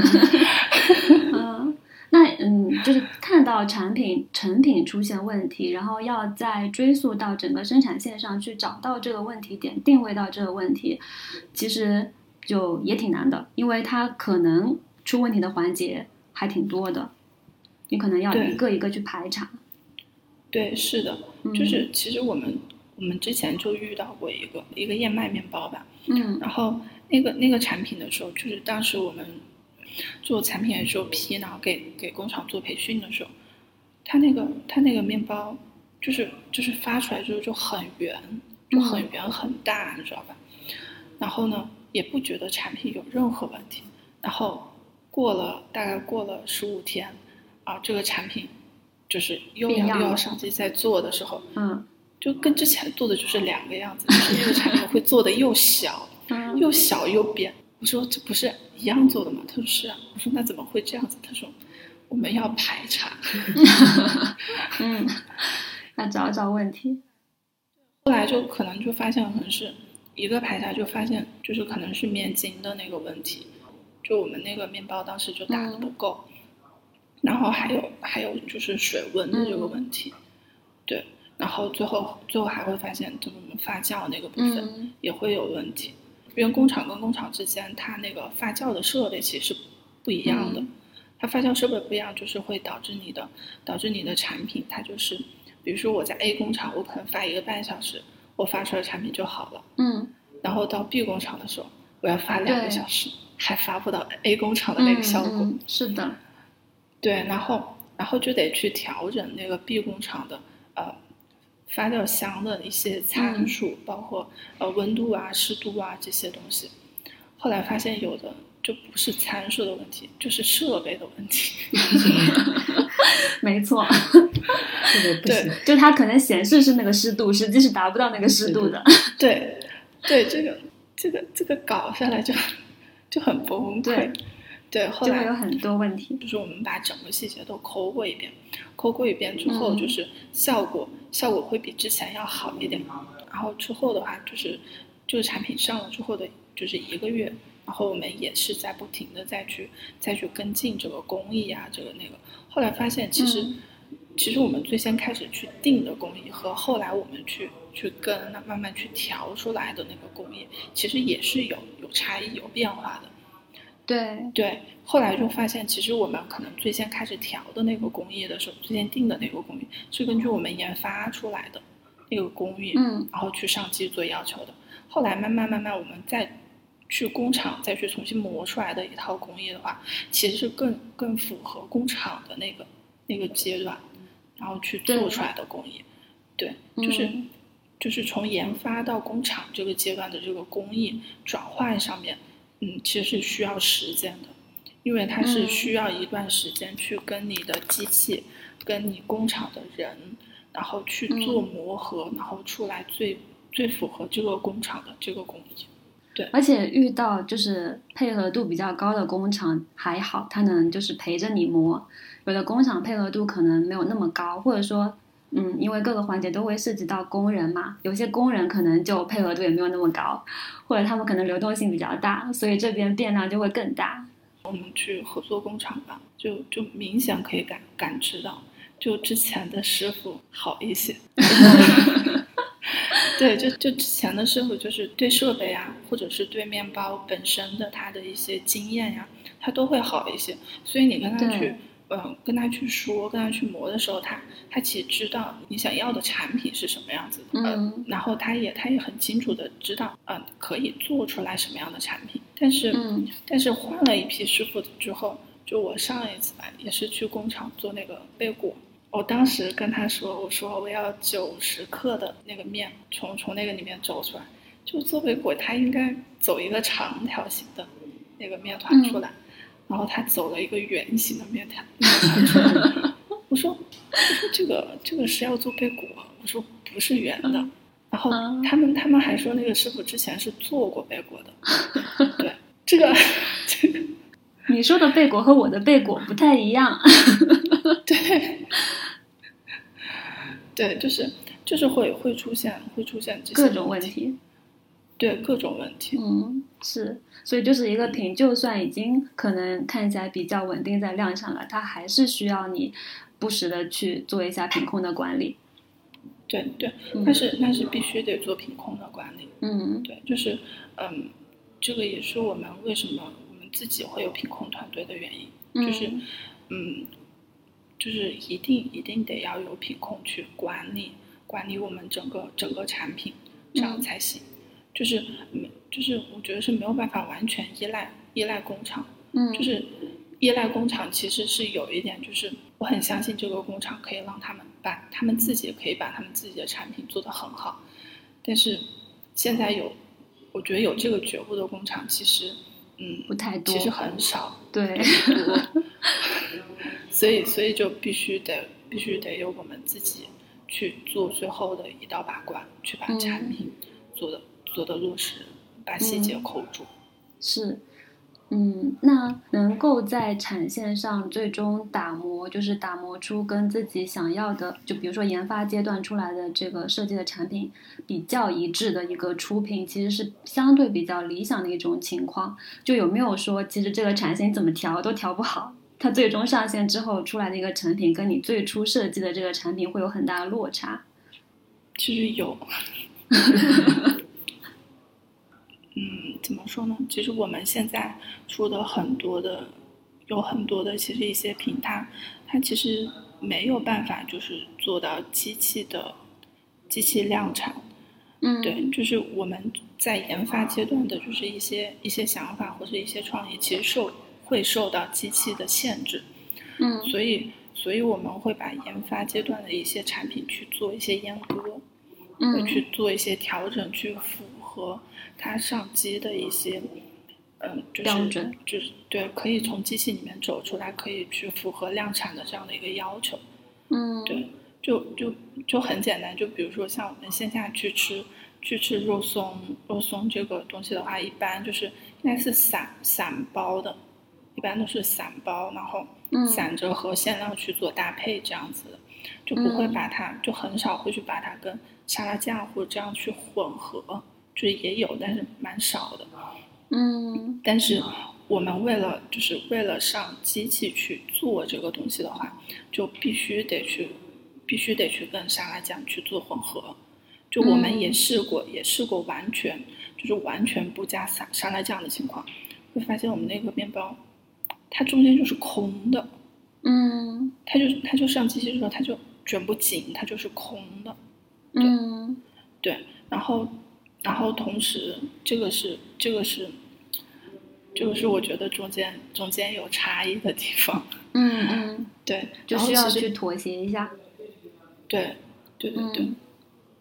嗯，那嗯，就是看到产品成品出现问题，然后要再追溯到整个生产线上去找到这个问题点，定位到这个问题，其实。就也挺难的，因为它可能出问题的环节还挺多的，你可能要一个一个去排查。 对，对是的、嗯，就是其实我们我们之前就遇到过一个一个燕麦面包吧，嗯，然后那个那个产品的时候，就是当时我们做产品 H O P， 然后给给工厂做培训的时候，它那个它那个面包就是就是发出来之后就很圆，就很圆很大，你知道吧？然后呢？也不觉得产品有任何问题，然后过了大概过了十五天，啊，这个产品就是又要又要上机在做的时候，嗯，就跟之前做的就是两个样子，就是那个产品会做的又小，嗯、又小又扁。我说这不是一样做的吗？他说是啊。我说那怎么会这样子？他说我们要排查， 嗯，要找找问题。 后来就可能就发现可能是。一个排查就发现，就是可能是面筋的那个问题，就我们那个面包当时就打得不够，嗯、然后还有还有就是水温的这个问题，嗯、对，然后最后最后还会发现，就是我们发酵那个部分也会有问题，嗯、因为工厂跟工厂之间它那个发酵的设备其实是不一样的，嗯、它发酵设备不一样，就是会导致你的导致你的产品它就是，比如说我在 A 工厂，我可能发一个半小时。我发出来的产品就好了，嗯，然后到 B 工厂的时候，我要发两个小时，还发不到 A 工厂的那个效果。 嗯嗯、是的， 对，然后然后就得去调整那个 B 工厂的呃发酵箱的一些参数，嗯、包括呃温度啊、湿度啊这些东西。后来发现有的就不是参数的问题，就是设备的问题。 没错。 对， 就它可能显示是那个湿度，实际是达不到那个湿度的。 对，对，这个这个这个搞下来就就很崩溃。对，对，后来就会有很多问题。 就是我们把整个细节都抠过一遍，抠过一遍之后，就是效果、嗯、效果会比之前要好一点。然后之后的话，就是这个产品上了之后的，就是一个月，然后我们也是在不停的再去再去跟进这个工艺啊，这个那个。后来发现其实。嗯其实我们最先开始去定的工艺和后来我们去去跟那慢慢去调出来的那个工艺，其实也是有有差异、有变化的。 对对，后来就发现，其实我们可能最先开始调的那个工艺的时候，最先定的那个工艺是根据我们研发出来的那个工艺，嗯，然后去上机做要求的。后来慢慢慢慢，我们再去工厂再去重新磨出来的一套工艺的话，其实是更更符合工厂的那个那个阶段。然后去做出来的工艺，对，对就是、嗯、就是从研发到工厂这个阶段的这个工艺转换上面，嗯，其实是需要时间的，因为它是需要一段时间去跟你的机器、嗯、跟你工厂的人， 然后去做磨合，嗯、然后出来最最符合这个工厂的这个工艺。对， 而且遇到就是配合度比较高的工厂还好，它能就是陪着你磨。有的工厂配合度可能没有那么高，或者说，嗯，因为各个环节都会涉及到工人嘛，有些工人可能就配合度也没有那么高，或者他们可能流动性比较大，所以这边变量就会更大。 我们去合作工厂吧，就就明显可以感感知到，就之前的师傅好一些。对，就就之前的师傅就是对设备啊，或者是对面包本身的他的一些经验呀、啊，他都会好一些。所以你跟他去，呃，跟他去说，跟他去磨的时候，他他其实知道你想要的产品是什么样子的， 嗯， 呃、然后他也他也很清楚的知道，嗯、呃，可以做出来什么样的产品。但是， 嗯， 但是换了一批师傅之后，就我上一次来也是去工厂做那个贝果。我当时跟他说，我说我要九十克的那个面，从从那个里面走出来。就做贝果，他应该走一个长条形的那个面团出来，嗯、然后他走了一个圆形的面团面团出来。我说，我说这个这个是要做贝果，我说不是圆的。嗯、然后他们他们还说那个师傅之前是做过贝果的。对，这个这个， 你说的贝果和我的贝果不太一样。 对。对，就是就是会会出现会出现这些各种问题， 对各种问题， 嗯，是，所以就是一个品，就算已经可能看起来比较稳定在量上了，它还是需要你不时的去做一下品控的管理。 对对，但是那是必须得做品控的管理。 嗯， 对，就是嗯，这个也是我们为什么我们自己会有品控团队的原因， 嗯、 就是嗯。就是一定一定得要有品控去管理管理我们整个整个产品，这样才行。嗯、就是就是我觉得是没有办法完全依赖依赖工厂。 嗯， 就是依赖工厂其实是有一点，就是我很相信这个工厂可以让他们把他们自己可以把他们自己的产品做得很好，但是现在有我觉得有这个觉悟的工厂其实嗯不太多， 其实很少。 对。 所以，所以就必须得必须得由我们自己去做最后的一道把关，去把产品做的、嗯、做的落实，把细节扣住。 嗯、是，嗯，那能够在产线上最终打磨，就是打磨出跟自己想要的，就比如说研发阶段出来的这个设计的产品比较一致的一个出品，其实是相对比较理想的一种情况。就有没有说，其实这个产线你怎么调都调不好？它最终上线之后出来的一个成品跟你最初设计的这个产品会有很大的落差。 其实有嗯，怎么说呢，其实我们现在出的很多的有很多的其实一些品它它其实没有办法就是做到机器的机器量产。 嗯， 对，就是我们在研发阶段的就是一些一些想法或者一些创意其实受会受到机器的限制。 嗯， 所以所以我们会把研发阶段的一些产品去做一些阉割， 嗯， 会去做一些调整，去符合它上机的一些嗯，就是标准， 就是对，可以从机器里面走出来，可以去符合量产的这样的一个要求。 嗯， 对，就就就很简单，就比如说像我们线下去吃去吃肉松，肉松这个东西的话，一般就是应该是散散包的。一般都是散包，然后散着和馅料去做搭配，这样子的，嗯、就不会把它，就很少会去把它跟沙拉酱或者这样去混合，就是也有，但是蛮少的。 嗯， 但是我们为了就是为了上机器去做这个东西的话，就必须得去，必须得去跟沙拉酱去做混合。就我们也试过，嗯、也试过完全就是完全不加沙沙拉酱的情况，会发现我们那个面包。它中间就是空的， 嗯， 它就它就上机器的时候，它就卷不紧，它就是空的，对， 嗯， 对，然后，然后同时，这个是这个是，这个是我觉得中间中间有差异的地方， 嗯嗯， 对， 就需要去妥协一下， 对，对对对， 嗯、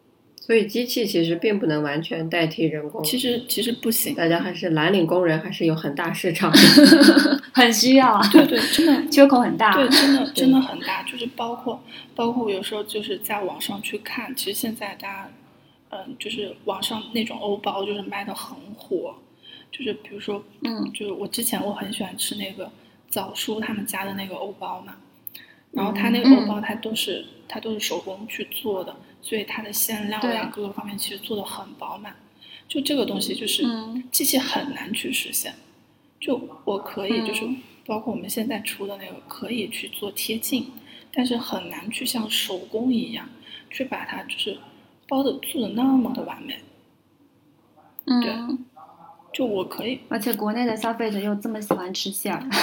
所以机器其实并不能完全代替人工， 其实其实不行， 大家还是蓝领工人还是有很大市场很需要啊， 对对，真的缺口很大， 对，真的真的很大，就是包括包括有时候就是在网上去看，其实现在大家嗯，就是网上那种欧包就是卖的很火，就是比如说嗯， 就是我之前我很喜欢吃那个枣叔他们家的那个欧包嘛，然后他那个欧包它都是、嗯、它都是手工去做的，所以它的馅料呀各个方面其实做的很饱满，就这个东西就是机器很难去实现，就我可以就是包括我们现在出的那个可以去做贴近，但是很难去像手工一样去把它就是包的做的那么的完美。 嗯， 对，就我可以， 而且国内的消费者又这么喜欢吃馅儿。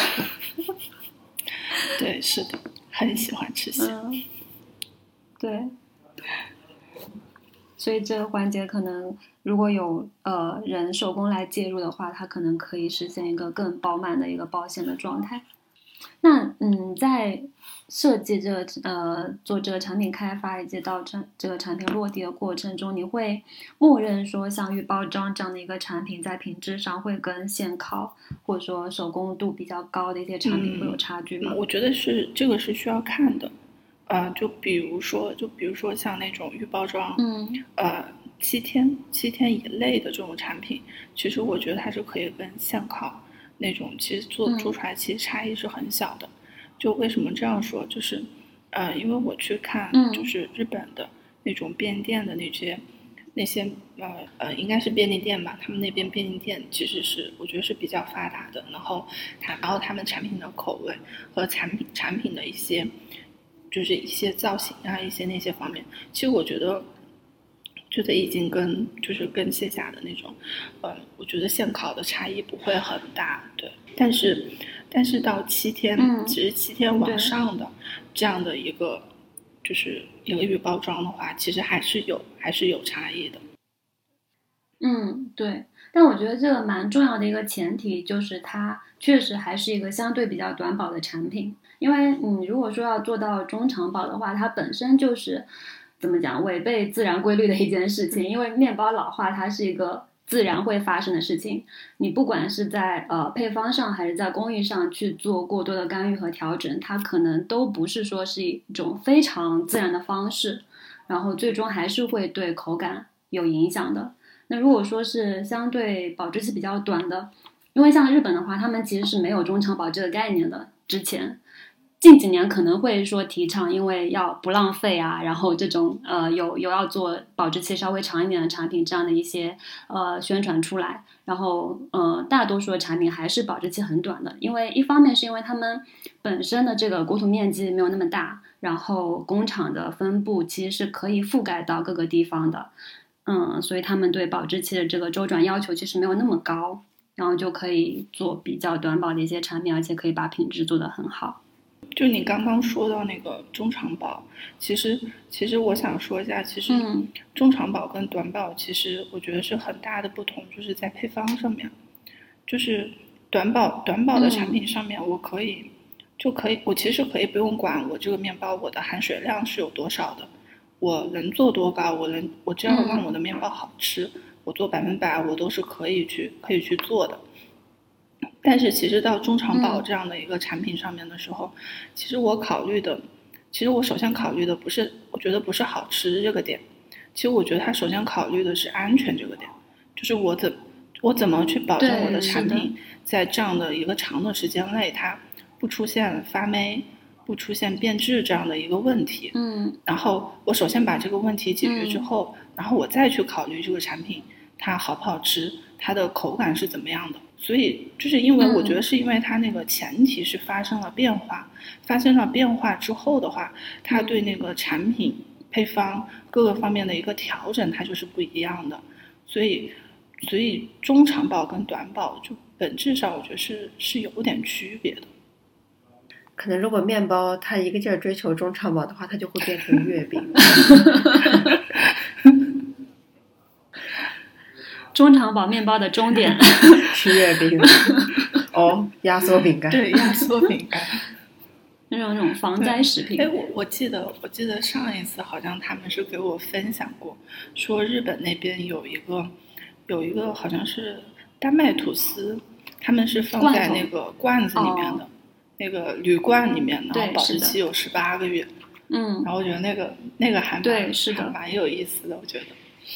对，是的，很喜欢吃馅。 嗯，对。所以这个环节可能如果有呃人手工来介入的话，它可能可以实现一个更饱满的一个包馅的状态。那嗯，在设计这个呃做这个产品开发以及到这这个产品落地的过程中，你会默认说像预包装这样的一个产品在品质上会跟现烤或者说手工度比较高的一些产品会有差距吗？ 嗯、我觉得是这个是需要看的。呃，就比如说，就比如说像那种预包装， 嗯， 呃，七天七天以内的这种产品，其实我觉得它是可以跟现烤那种其实做做出来其实差异是很小的。嗯、就为什么这样说？就是呃，因为我去看，就是日本的那种便店的那些、嗯、那些呃呃，应该是便利店吧，他们那边便利店其实是我觉得是比较发达的，然后它然后他们产品的口味和产品产品的一些。就是一些造型啊，一些那些方面，其实我觉得，觉得已经跟就是跟线下的那种，呃，我觉得现烤的差异不会很大，对。但是，但是到七天， 嗯， 其实七天往上的这样的一个，就是一个预包装的话，其实还是有还是有差异的。 嗯，对。但我觉得这个蛮重要的一个前提就是它确实还是一个相对比较短保的产品。因为你如果说要做到中长保的话，它本身就是怎么讲违背自然规律的一件事情。因为面包老化它是一个自然会发生的事情，你不管是在呃配方上还是在工艺上去做过多的干预和调整，它可能都不是说是一种非常自然的方式，然后最终还是会对口感有影响的。那如果说是相对保质期比较短的，因为像日本的话，他们其实是没有中长保这个概念的，之前近几年可能会说提倡，因为要不浪费啊，然后这种呃有有要做保质期稍微长一点的产品这样的一些呃宣传出来，然后呃大多数的产品还是保质期很短的，因为一方面是因为他们本身的这个国土面积没有那么大，然后工厂的分布其实是可以覆盖到各个地方的，嗯，所以他们对保质期的这个周转要求其实没有那么高，然后就可以做比较短保的一些产品，而且可以把品质做得很好。 就你刚刚说到那个中长保，其实其实我想说一下，其实中长保跟短保其实我觉得是很大的不同，就是在配方上面，就是短保短保的产品上面，我可以、嗯、就可以，我其实可以不用管我这个面包我的含水量是有多少的，我能做多高，我能我只要让我的面包好吃，嗯、我做百分百我都是可以去可以去做的。但是其实到中长保这样的一个产品上面的时候、嗯、其实我考虑的其实我首先考虑的不是我觉得不是好吃这个点，其实我觉得它首先考虑的是安全这个点，就是我怎我怎么去保证我的产品在这样的一个长的时间内它不出现发霉不出现变质这样的一个问题， 嗯， 然后我首先把这个问题解决之后、嗯、然后我再去考虑这个产品它好不好吃，它的口感是怎么样的。所以就是因为我觉得是因为它那个前提是发生了变化、嗯、发生了变化之后的话，它对那个产品配方各个方面的一个调整它就是不一样的，所以所以中长保跟短保就本质上我觉得是是有点区别的。 可能如果面包它一个劲儿追求中长保的话，它就会变成月饼中长保面包的终点是月饼哦，压缩饼干， 对，压缩饼干那种那种防灾食品。 哎，我我记得我记得上一次好像他们是给我分享过，说日本那边有一个有一个好像是丹麦吐司，他们是放在那个罐子里面的，哦、那个铝罐里面，然后保质期有十八个月。 嗯， 然后我觉得那个那个还蛮对是的， 还蛮有意思的，我觉得。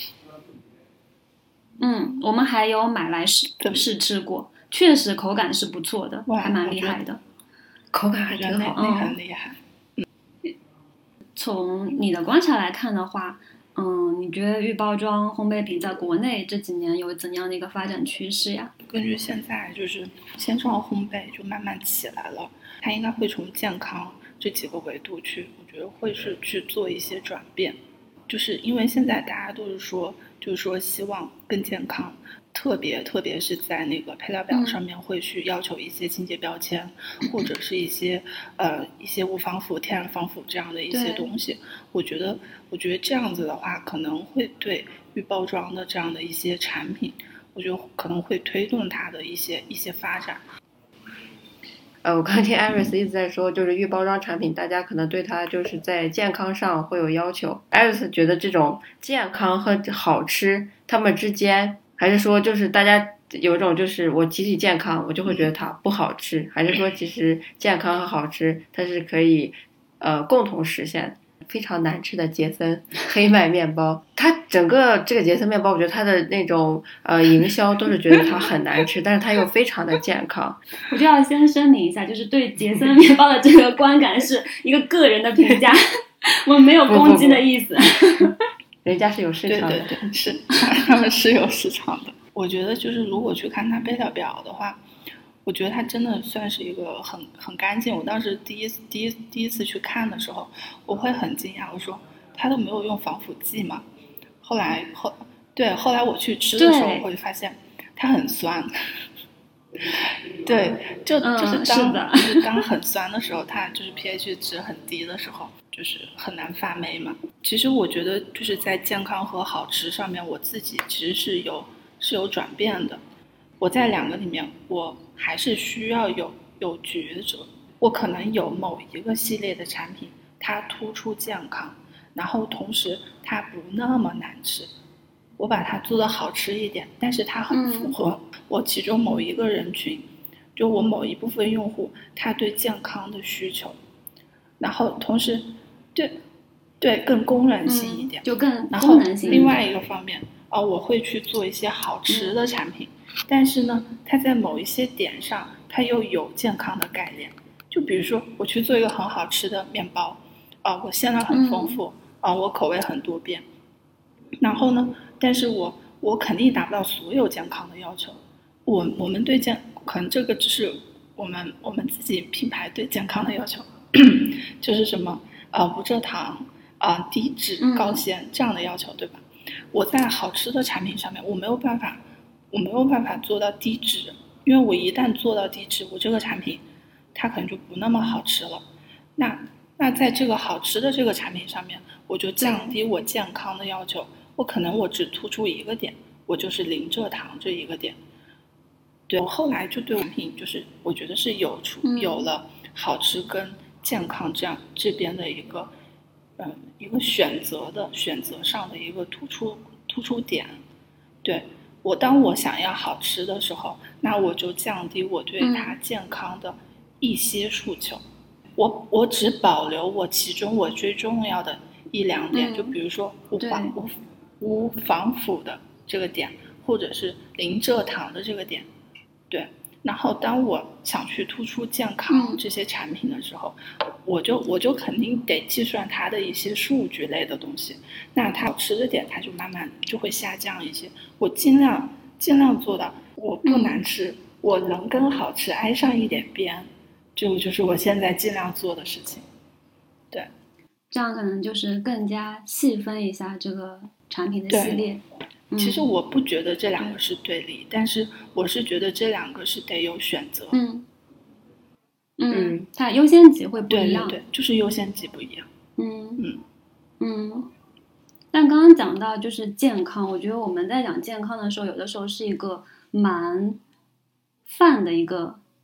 嗯，我们还有买来试试吃过，确实口感是不错的，还蛮厉害的， 口感还挺好， 那很厉害。 嗯，从你的观察来看的话，嗯，你觉得预包装烘焙品在国内这几年有怎样的一个发展趋势呀？ 根据现在就是线上烘焙就慢慢起来了，它应该会从健康这几个维度去，我觉得会是去做一些转变，就是因为现在大家都是说，就是说希望更健康，特别特别是在那个配料表上面会去要求一些清洁标签，嗯、或者是一些呃一些无防腐、天然防腐这样的一些东西。我觉得，我觉得这样子的话，可能会对预包装的这样的一些产品，我觉得可能会推动它的一些一些发展。 呃，我刚听 Iris 一直在说，就是预包装产品，大家可能对它就是在健康上会有要求。Iris 觉得这种健康和好吃，它们之间，还是说就是大家有一种就是我提起健康，我就会觉得它不好吃，还是说其实健康和好吃它是可以呃共同实现？非常难吃的杰森黑麦面包，它整个这个杰森面包，我觉得它的那种呃营销都是觉得它很难吃，但是它又非常的健康。 我就要先声明一下，就是对杰森面包的这个观感是一个个人的评价，我没有攻击的意思。 不不不人家是有市场的， 对对对，是他们是有市场的。我觉得就是如果去看它配料表的话，我觉得它真的算是一个很很干净。我当时第一第一第一次去看的时候，我会很惊讶，我说它都没有用防腐剂嘛。后来后对后来我去吃的时候，我会发现它很酸。对，就就是当、嗯、是就是当很酸的时候，它就是 pH 值很低的时候，就是很难发霉嘛。其实我觉得就是在健康和好吃上面，我自己其实是有是有转变的。我在两个里面，我还是需要有有抉择。我可能有某一个系列的产品，它突出健康，然后同时它不那么难吃，我把它做得好吃一点，但是它很符合我其中某一个人群，就我某一部分用户他对健康的需求，然后同时对对更功能性一点， 嗯、就更功能性一点。然后另外一个方面啊、呃，我会去做一些好吃的产品。嗯，但是呢，它在某一些点上，它又有健康的概念。就比如说，我去做一个很好吃的面包，啊、呃，我馅料很丰富，啊、呃，我口味很多变。然后呢，但是我我肯定达不到所有健康的要求。我我们对健，可能这个只是我们我们自己品牌对健康的要求，就是什么呃不蔗糖啊、呃、低脂高纤这样的要求，对吧？我在好吃的产品上面，我没有办法。我没有办法做到低脂，因为我一旦做到低脂，我这个产品它可能就不那么好吃了。那那在这个好吃的这个产品上面，我就降低我健康的要求，我可能我只突出一个点，我就是零蔗糖这一个点。对，我后来就对产品就是我觉得是有出有了好吃跟健康这样这边的一个嗯一个选择的选择上的一个突出突出点。对。我当我想要好吃的时候，那我就降低我对它健康的一些诉求，嗯、我我只保留我其中我最重要的一两点，嗯、就比如说无防无无防腐的这个点，或者是零蔗糖的这个点，对。然后当我想去突出健康这些产品的时候，嗯、我就我就肯定得计算它的一些数据类的东西，那它好吃的点它就慢慢就会下降一些。我尽量尽量做到我不难吃，嗯、我能跟好吃挨上一点边，这就是我现在尽量做的事情。对， 这样可能就是更加细分一下这个产品的系列。 其实我不觉得这两个是对立，嗯、但是我是觉得这两个是得有选择。 嗯嗯，它优先级会不一样。 对对对，就是优先级不一样。 嗯嗯嗯。但刚刚讲到就是健康，我觉得我们在讲健康的时候，有的时候是一个蛮泛的一个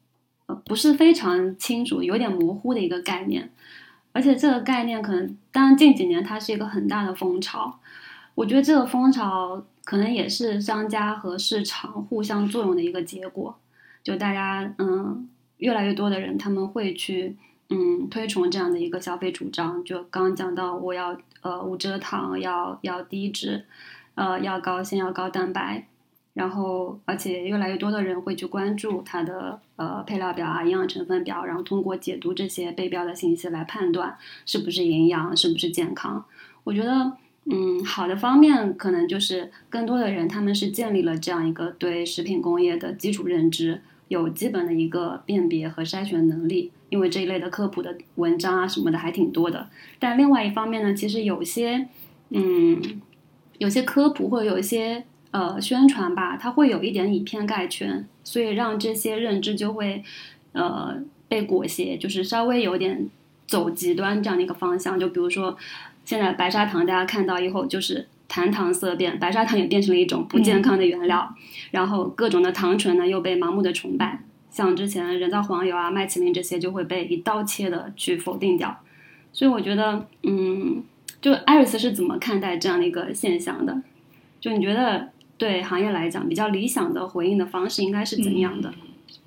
呃不是非常清楚，有点模糊的一个概念。而且这个概念可能，当然近几年它是一个很大的风潮。我觉得这个风潮可能也是商家和市场互相作用的一个结果。就大家嗯，越来越多的人他们会去嗯推崇这样的一个消费主张。就刚刚讲到，我要呃无蔗糖，要要低脂，呃要高纤，要高蛋白。然后，而且越来越多的人会去关注它的呃配料表啊、营养成分表，然后通过解读这些备标的信息来判断是不是营养、是不是健康。我觉得，嗯，好的方面可能就是更多的人他们是建立了这样一个对食品工业的基础认知，有基本的一个辨别和筛选能力。因为这一类的科普的文章啊什么的还挺多的。但另外一方面呢，其实有些，嗯，有些科普或者有一些。呃，宣传吧，它会有一点以偏概全，所以让这些认知就会，呃，被裹挟，就是稍微有点走极端这样的一个方向。就比如说，现在白砂糖大家看到以后就是谈糖色变，白砂糖也变成了一种不健康的原料，嗯、然后各种的糖醇呢又被盲目的崇拜，像之前人造黄油啊、麦淇淋这些就会被一刀切的去否定掉。所以我觉得，嗯，就艾瑞斯是怎么看待这样的一个现象的？就你觉得？对行业来讲，比较理想的回应的方式应该是怎样的？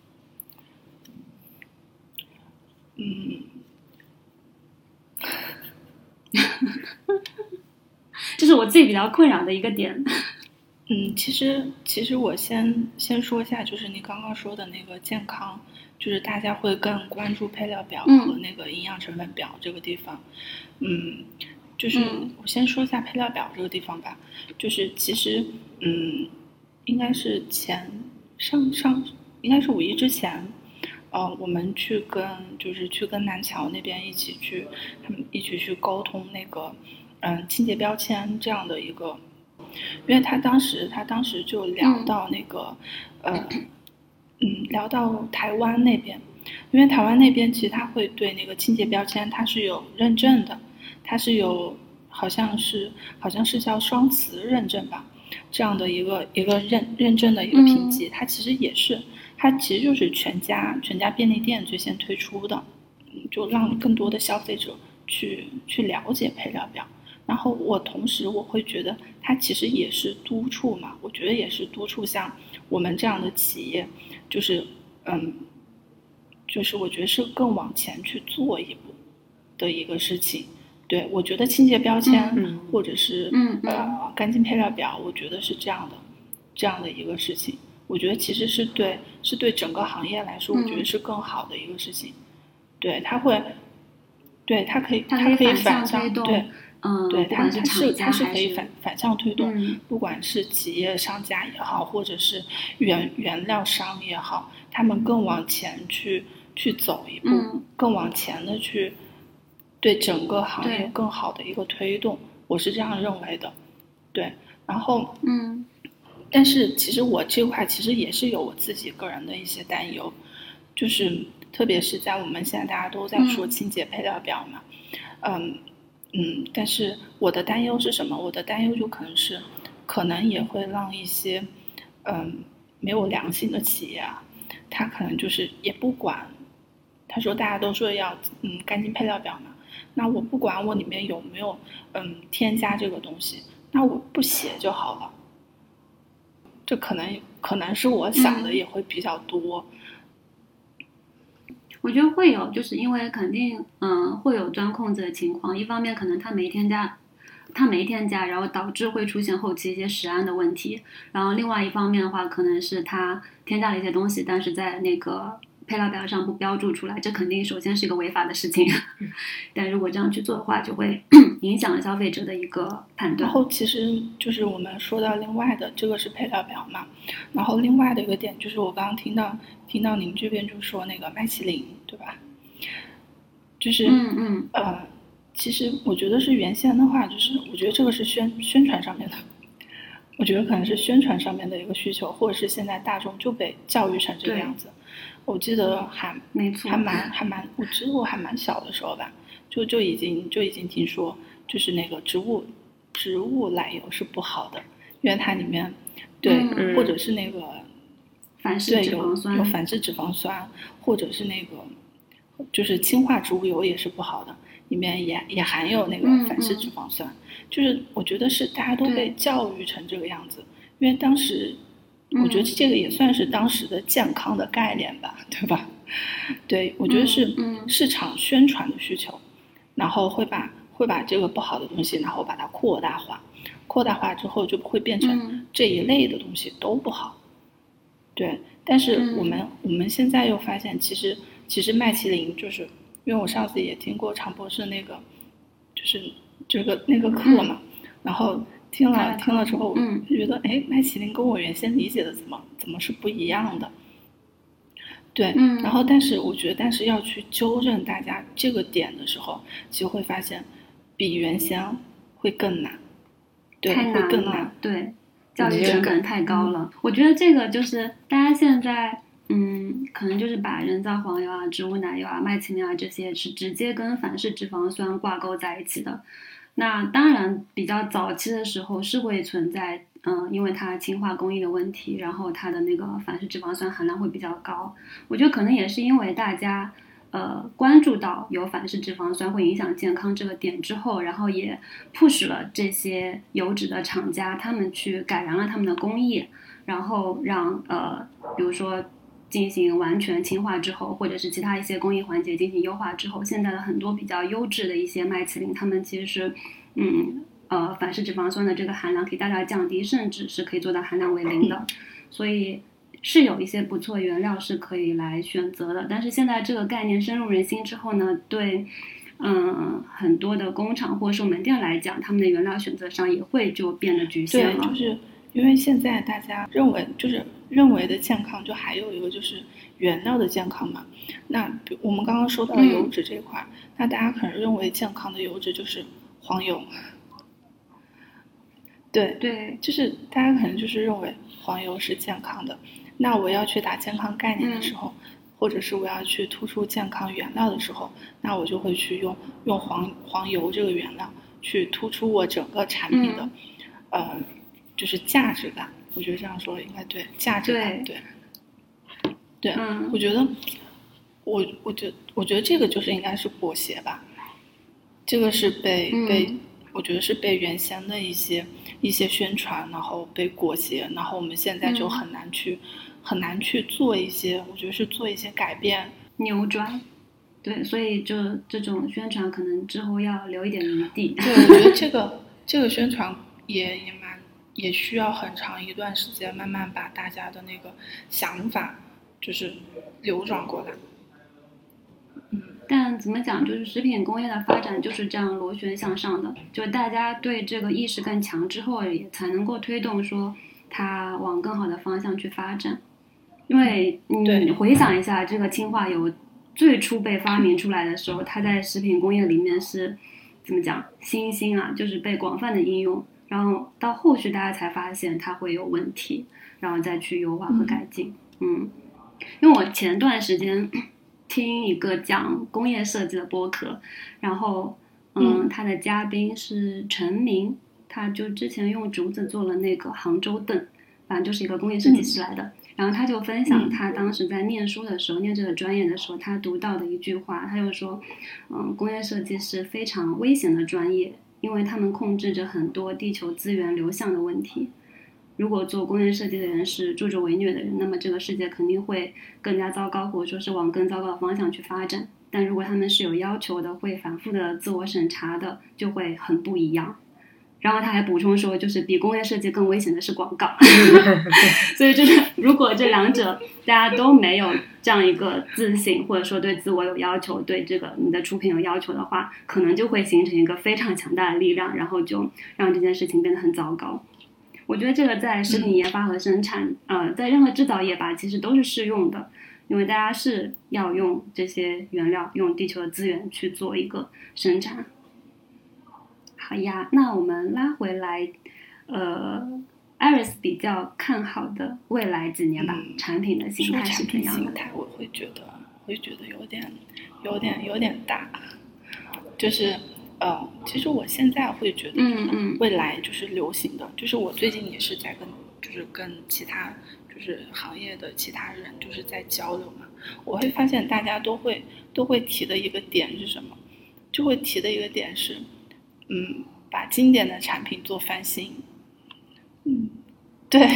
嗯， 这是我自己比较困扰的一个点。 嗯，其实其实我先先说一下，就是你刚刚说的那个健康，就是大家会更关注配料表和那个营养成分表这个地方。嗯。就是我先说一下配料表这个地方吧，就是其实嗯，应该是前上上应该是五一之前，呃，我们去跟就是去跟南桥那边一起去，他们一起去沟通那个嗯清洁标签这样的一个，因为他当时他当时就聊到那个、嗯、呃嗯聊到台湾那边，因为台湾那边其实他会对那个清洁标签它是有认证的。它是有好像是好像是叫双磁认证吧，这样的一个一个认认证的一个评级，它其实也是它其实就是全家全家便利店最先推出的，就让更多的消费者去去了解配料表。然后我同时我会觉得它其实也是督促嘛，我觉得也是督促像我们这样的企业，就是嗯，就是我觉得是更往前去做一步的一个事情。对，我觉得清洁标签、嗯、或者是、 嗯、 呃干净配料表，我觉得是这样的，这样的一个事情。我觉得其实是对，是对整个行业来说，我觉得是更好的一个事情。嗯、对，它会，对，它可以， 它可以反向推动，对， 嗯， 对，它它是它是可以反反向推动、 嗯， 不管是企业商家也好，或者是原原料商也好，他们更往前去去走一步， 嗯、 更往前的去。对整个行业更好的一个推动，我是这样认为的。对，然后嗯， 但是其实我这块其实也是有我自己个人的一些担忧，就是特别是在我们现在大家都在说清洁配料表嘛，嗯嗯，但是我的担忧是什么？我的担忧就可能是，可能也会让一些嗯没有良心的企业啊，他可能就是也不管，他说大家都说要嗯干净配料表嘛。那我不管我里面有没有嗯添加这个东西，那我不写就好了。这可能可能是我想的也会比较多。 嗯、我觉得会有，就是因为肯定嗯会有钻空子的情况。一方面可能它没添加，它没添加，然后导致会出现后期一些食安的问题。然后另外一方面的话，可能是它添加了一些东西，但是在那个配料表上不标注出来，这肯定首先是一个违法的事情。但如果这样去做的话，就会影响了消费者的一个判断。 然后其实就是我们说到另外的，这个是配料表嘛。然后另外的一个点就是我刚刚听到听到您这边就说那个麦淇淋，对吧？就是嗯嗯呃，其实我觉得是原先的话，就是我觉得这个是宣宣传上面的。我觉得可能是宣传上面的一个需求，或者是现在大众就被教育成这个样子。我记得还没错， 还蛮还蛮，我记得我还蛮小的时候吧，就就已经就已经听说，就是那个植物植物奶油是不好的，因为它里面对、 嗯、 或者是那个反式脂肪酸， 有, 有反式脂肪酸，或者是那个就是氢化植物油也是不好的，里面也也含有那个反式脂肪酸。嗯嗯，就是我觉得是大家都被教育成这个样子，因为当时我觉得这个也算是当时的健康的概念吧，嗯、对吧？对，我觉得是市场宣传的需求，嗯、然后会把会把这个不好的东西，然后把它扩大化，扩大化之后就会变成这一类的东西都不好。对，但是我们、嗯、我们现在又发现，其实其实麦淇淋就是，因为我上次也听过常博士那个，就是这个那个课嘛，嗯、然后听了、嗯、听了之后，我就觉得，哎、嗯，麦淇淋跟我原先理解的怎么怎么是不一样的。对，嗯、然后但是我觉得，但是要去纠正大家这个点的时候，其实会发现比原先会更难，对， 太难了， 会更难， 对。教育成本太高了，嗯、我觉得这个就是大家现在，嗯，可能就是把人造黄油啊、植物奶油啊、麦淇淋啊这些是直接跟反式脂肪酸挂钩在一起的。那当然，比较早期的时候是会存在，嗯，因为它氢化工艺的问题，然后它的那个反式脂肪酸含量会比较高。我觉得可能也是因为大家。呃，关注到有反式脂肪酸会影响健康这个点之后，然后也 push 了这些油脂的厂家，他们去改良了他们的工艺，然后让呃，比如说进行完全氢化之后，或者是其他一些工艺环节进行优化之后，现在的很多比较优质的一些麦淇淋，他们其实是嗯呃反式脂肪酸的这个含量可以大大降低，甚至是可以做到含量为零的，所以。是有一些不错原料是可以来选择的，但是现在这个概念深入人心之后呢，对，嗯，很多的工厂或售门店来讲，他们的原料选择上也会就变得局限了。 对，就是因为现在大家认为就是认为的健康，就还有一个就是原料的健康嘛。那我们刚刚说到油脂这一块，嗯、那大家可能认为健康的油脂就是黄油。对对， 就是大家可能就是认为黄油是健康的。那我要去打健康概念的时候，嗯、或者是我要去突出健康原料的时候，那我就会去用用黄黄油这个原料去突出我整个产品的，嗯、呃，就是价值感。我觉得这样说应该对，价值感对，对，对嗯、我觉得，我我觉得我觉得这个就是应该是裹挟吧，这个是被、嗯、被。我觉得是被原先的一些一些宣传，然后被裹挟，然后我们现在就很难去、嗯、很难去做一些，我觉得是做一些改变扭转。对，所以就这种宣传可能之后要留一点余地。 对，我觉得这个这个宣传也也蛮也需要很长一段时间，慢慢把大家的那个想法就是流转过来。 但怎么讲，就是食品工业的发展就是这样螺旋向上的，就大家对这个意识更强之后，也才能够推动说它往更好的方向去发展。因为你回想一下，这个氢化油最初被发明出来的时候，它在食品工业里面是怎么讲新兴啊，就是被广泛的应用，然后到后续大家才发现它会有问题，然后再去优化和改进。嗯，嗯因为我前段时间听一个讲工业设计的播客，然后嗯，嗯他的嘉宾是陈明，他就之前用竹子做了那个杭州凳，反正就是一个工业设计师来的。嗯、然后他就分享他当时在念书的时候，嗯、念这个专业的时候，他读到的一句话，他就说，嗯，工业设计是非常危险的专业，因为他们控制着很多地球资源流向的问题。如果做工业设计的人是助纣为虐的人，那么这个世界肯定会更加糟糕，或者说是往更糟糕的方向去发展。但如果他们是有要求的，会反复的自我审查的，就会很不一样。然后他还补充说，就是比工业设计更危险的是广告。所以就是如果这两者大家都没有这样一个自信，或者说对自我有要求，对这个你的出品有要求的话，可能就会形成一个非常强大的力量，然后就让这件事情变得很糟糕。我觉得这个在食品研发和生产，呃，在任何制造业吧，其实都是适用的，因为大家是要用这些原料，用地球的资源去做一个生产。好呀，那我们拉回来，呃 ，Iris 比较看好的未来几年吧，嗯、产品的形态是怎样的？ 形态我会觉得，会觉得有点，有点，有点大，就是。呃，其实我现在会觉得， 嗯嗯， 未来就是流行的，嗯、就是我最近也是在跟就是跟其他就是行业的其他人就是在交流嘛，我会发现大家都会都会提的一个点是什么？就会提的一个点是，嗯，把经典的产品做翻新。嗯，对。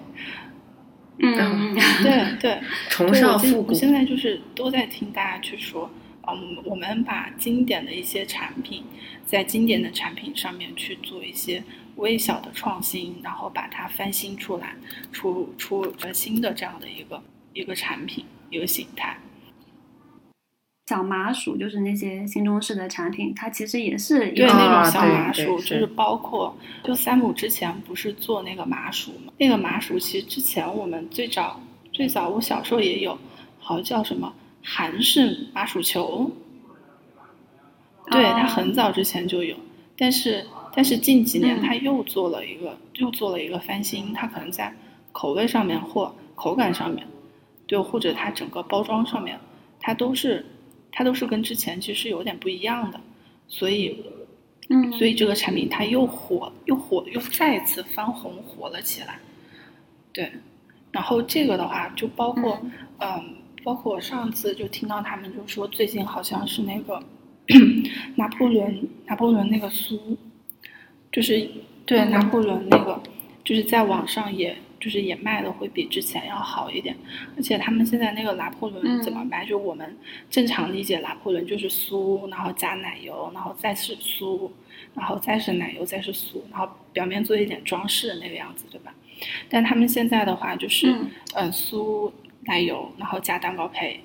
嗯， 对对， 崇尚复古。 我现在就是都在听大家去说，嗯，我们把经典的一些产品，在经典的产品上面去做一些微小的创新，然后把它翻新出来，出出新的这样的一个一个产品一个形态。 小麻薯就是那些新中式的产品，它其实也是对那种小麻薯， 就是包括就山姆之前不是做那个麻薯嘛？那个麻薯其实之前我们最早最早我小时候也有，好像叫什么韩式麻薯球，对，它很早之前就有，但是但是近几年它又做了一个、嗯、又做了一个翻新，它可能在口味上面或口感上面，对，或者它整个包装上面，它都是。它都是跟之前其实有点不一样的，所以， 嗯， 所以这个产品它又火又火又再次翻红火了起来，对。然后这个的话就包括，嗯，嗯包括我上次就听到他们就说最近好像是那个拿破仑拿破仑那个酥，就是对、嗯、拿破仑那个就是在网上也。就是也卖的会比之前要好一点，而且他们现在那个拿破仑怎么卖、嗯、就我们正常理解拿破仑就是酥，然后加奶油，然后再是酥，然后再是奶油，再是酥，然后表面做一点装饰的那个样子，对吧？但他们现在的话就是嗯、呃、酥奶油，然后加蛋糕胚，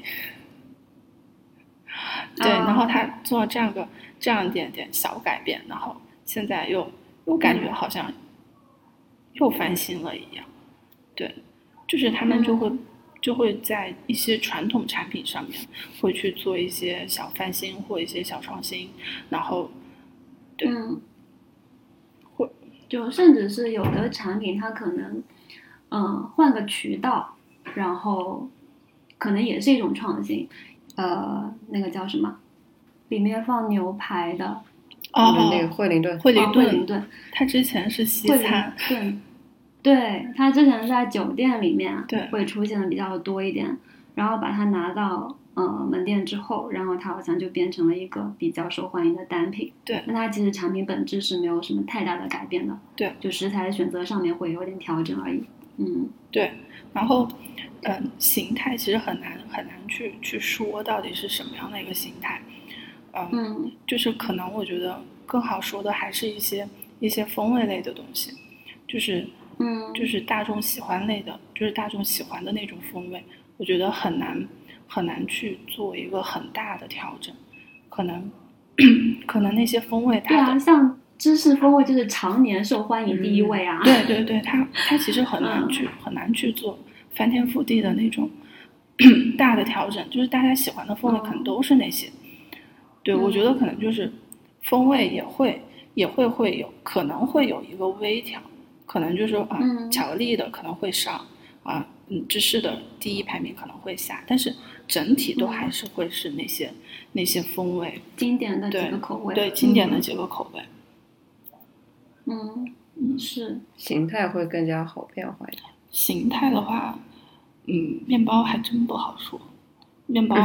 对，然后他做了这样个这样一点点小改变，然后现在又又感觉好像又翻新了一样。对，就是他们就会、嗯、就会在一些传统产品上面会去做一些小翻新或一些小创新，然后对， 嗯，会就甚至是有的产品它可能嗯换个渠道，然后可能也是一种创新，呃，那个叫什么，里面放牛排的哦， 那个惠灵顿， 惠灵顿， 惠灵顿， 它之前是西餐， 对。对，它之前在酒店里面对会出现的比较多一点，然后把它拿到呃门店之后，然后它好像就变成了一个比较受欢迎的单品。 对， 那它其实产品本质是没有什么太大的改变的。 对， 就食材的选择上面会有点调整而已。嗯， 对，然后嗯、呃，形态其实很难很难去去说到底是什么样的一个形态。呃、嗯，就是可能我觉得更好说的还是一些一些风味类的东西，就是。 嗯， 就是大众喜欢类的，就是大众喜欢的那种风味，我觉得很难很难去做一个很大的调整，可能可能那些风味它对啊，像芝士风味就是常年受欢迎第一位啊， 嗯、对对对，它它其实很难去、嗯、很难去做翻天覆地的那种大的调整，就是大家喜欢的风味可能都是那些，嗯、对，我觉得可能就是风味也会也会会有可能会有一个微调。可能就是啊、呃，巧克力的可能会上啊，嗯，芝士的第一排名可能会下，但是整体都还是会是那些、嗯、那些风味经典的几个口味， 对，对经典的几个口味。 嗯嗯，是形态会更加好变化一点。 形态的话，嗯，面包还真不好说，面包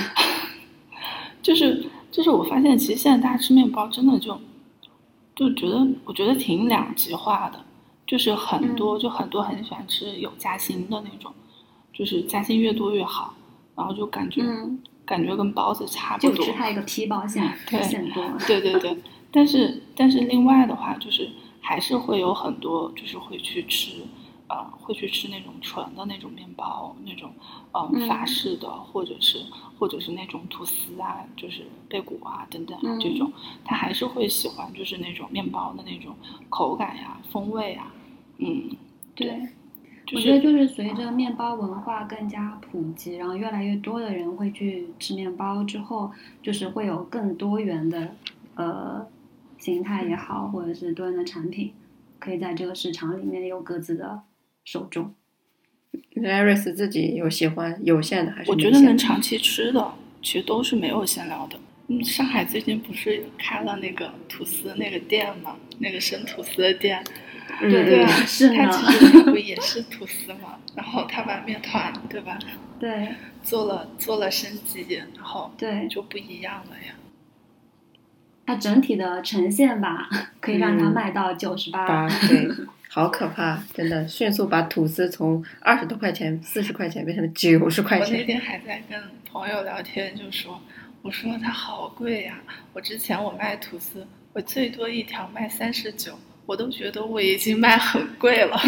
就是就是我发现，其实现在大家吃面包真的就就觉得我觉得挺两极化的。就是很多，就很多很喜欢吃有夹心的那种，就是夹心越多越好，然后就感觉、嗯、感觉跟包子差不多， 就吃它一个皮包馅， 对， 馅多。 对对对，但是但是另外的话，就是还是会有很多，就是会去吃，呃，会去吃那种纯的那种面包，那种嗯、呃、法式的，或者是或者是那种吐司啊，就是贝果啊等等啊、嗯、这种，他还是会喜欢就是那种面包的那种口感呀、风味啊。嗯， 对， 就是、 我觉得就是随着面包文化更加普及，然后越来越多的人会去吃面包之后，就是会有更多元的呃形态也好，或者是多元的产品，可以在这个市场里面有各自的受众。 Iris 自己有喜欢有馅的还是没馅的？我觉得能长期吃的，其实都是没有馅料的。嗯，上海最近不是开了那个吐司那个店吗？那个生吐司的店。 嗯对对啊， 是呢它其实它不也是吐司吗？然后它把面团对吧， 对做了做了升级，然后对， 就不一样了呀。 它整体的呈现吧，可以让它嗯卖到九十八八，对，好可怕，真的迅速把吐司从二十多块钱、四十块钱变成了九十块我那钱。 天还在跟朋友聊天，就说我说它好贵呀，我之前我卖吐司，我最多一条卖三十九，我都觉得我已经卖很贵了。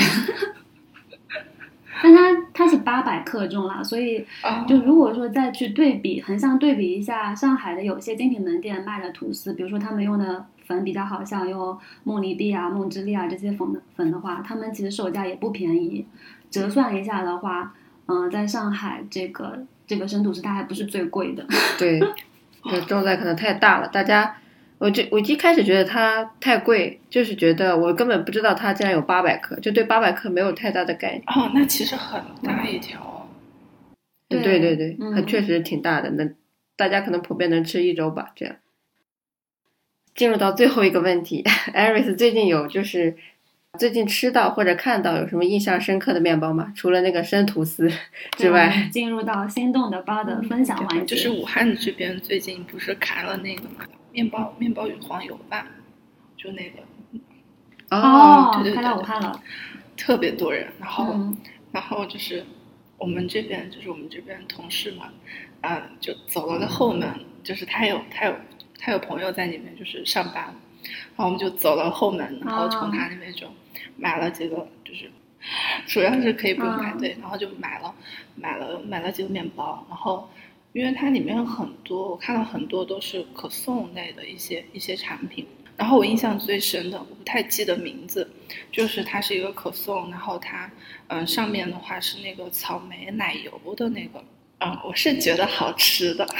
但它它是八百克重啦，所以啊就如果说再去对比，横向对比一下上海的有些精品门店卖的吐司，比如说他们用的粉比较好，像用梦丽碧啊、梦之丽啊这些粉的粉的话，他们其实售价也不便宜。折算一下的话，嗯、呃，在上海这个这个生吐司它还不是最贵的。 对，这重在可能太大了，大家。我就我一开始觉得它太贵，就是觉得我根本不知道它竟然有八百克，就对八百克没有太大的概念。 哦，那其实很大一条。 对对对对， 嗯它确实挺大的，那大家可能普遍能吃一周吧。这样，进入到最后一个问题，Iris 最近有就是最近吃到或者看到有什么印象深刻的面包吗？除了那个生吐司之外， 对进入到心动的包的分享环节， 就是武汉这边最近不是开了那个嘛面包面包与黄油吧，就那个哦， 对对对开到武汉了， 特别多人，然后、 嗯、 然后就是我们这边就是我们这边同事嘛，啊、就走了个后门，就是他有他有他有朋友在那边就是上班，然后我们就走了后门，然后从他那边就买了几个，就是主要是可以不用排队，然后就买了买了买了几个面包，然后因为它里面有很多，我看到很多都是可颂类的一些一些产品。然后我印象最深的，我不太记得名字，就是它是一个可颂，然后它嗯、呃、上面的话是那个草莓奶油的那个，嗯，我是觉得好吃的。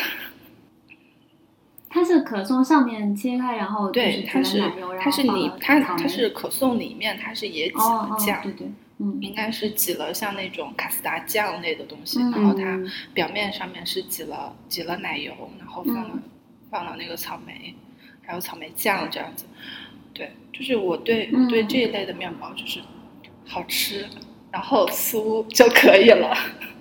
它是可颂上面切开，然后对，它是它是里它它是可颂里面它是也挤了酱， 哦哦、对对，嗯， 应该是挤了像那种卡斯达酱类的东西， 嗯、 然后它表面上面是挤了挤了奶油，然后放了、 嗯、 放了那个草莓，还有草莓酱这样子。对，就是我对、 嗯、 对这一类的面包就是好吃，然后酥就可以了。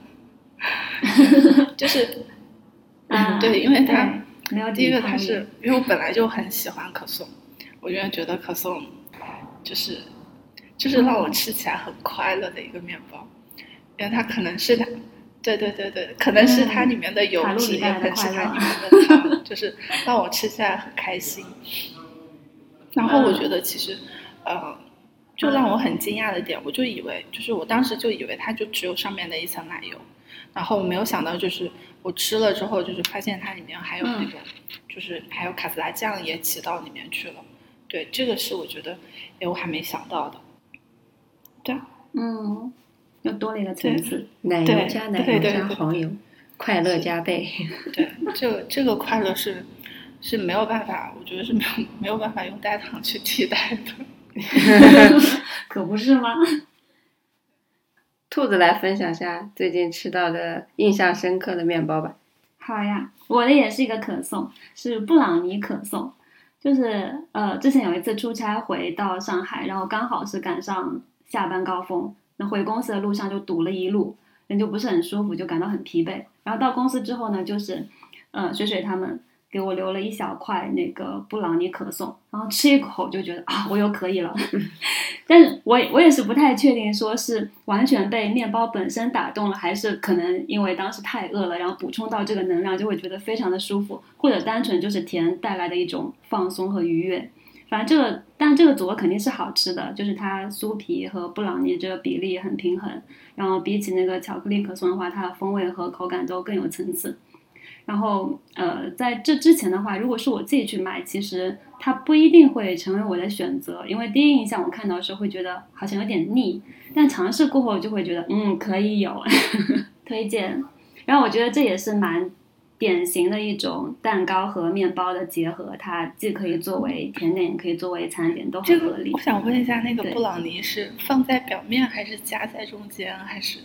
就是， 嗯， 对，因为它。 没有第一个，它是因为我本来就很喜欢可颂，我永远觉得可颂就是就是让我吃起来很快乐的一个面包，因为它可能是它，对对对对，可能是它里面的油脂，也可能是它里面的糖，就是让我吃起来很开心。然后我觉得其实，呃，就让我很惊讶的点，我就以为就是我当时就以为它就只有上面的一层奶油。然后我没有想到，就是我吃了之后，就是发现它里面还有那个，嗯、就是还有卡斯达酱也挤到里面去了。对，这个是我觉得，哎，我还没想到的。对， 嗯，又多了一个层次， 奶油加奶油加黄油，快乐加倍。 对，这个这个快乐是是没有办法，我觉得是没有没有办法用代糖去替代的。 可不是吗？ 兔子来分享下最近吃到的印象深刻的面包吧。 好呀，我的也是一个可颂，是布朗尼可颂。就是呃，之前有一次出差回到上海，然后刚好是赶上下班高峰，那回公司的路上就堵了一路，人就不是很舒服，就感到很疲惫。然后到公司之后呢，就是呃，水水他们给我留了一小块那个布朗尼可颂，然后吃一口就觉得啊，我又可以了。但是我我也是不太确定，说是完全被面包本身打动了，还是可能因为当时太饿了，然后补充到这个能量，就会觉得非常的舒服，或者单纯就是甜带来的一种放松和愉悦。反正这个，但这个组合肯定是好吃的，就是它酥皮和布朗尼这个比例很平衡，然后比起那个巧克力可颂的话，它的风味和口感都更有层次。然后呃，在这之前的话，如果是我自己去买，其实它不一定会成为我的选择，因为第一印象我看到的时候会觉得好像有点腻，但尝试过后就会觉得嗯可以有推荐。然后我觉得这也是蛮典型的一种蛋糕和面包的结合，它既可以作为甜点，也可以作为餐点，都很合理。 这个我想问一下，那个布朗尼是放在表面还是夹在中间，还是？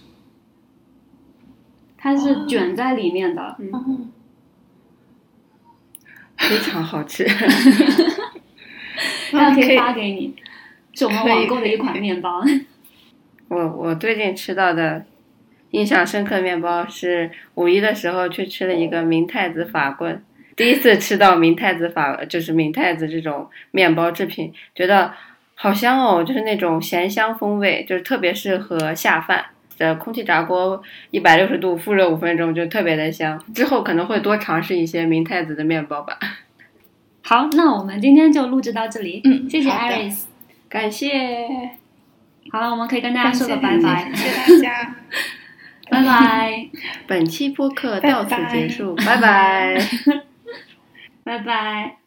它是卷在里面的， 哦、嗯， 非常好吃。 那可以发给你。 是我们网购的一款面包。 我我最近吃到的印象深刻的面包是五一的时候去吃了一个明太子法棍，第一次吃到明太子法就是明太子这种面包制品，觉得好香哦，就是那种咸香风味，就是特别适合下饭。的空气炸锅一百六十度复热五分钟就特别的香，之后可能会多尝试一些明太子的面包吧。 好，那我们今天就录制到这里。 嗯， 谢谢好的 Iris， 感谢。 好了，我们可以跟大家说个拜拜。 谢谢大家， 拜拜， 本期播客到此结束，拜拜， 拜拜。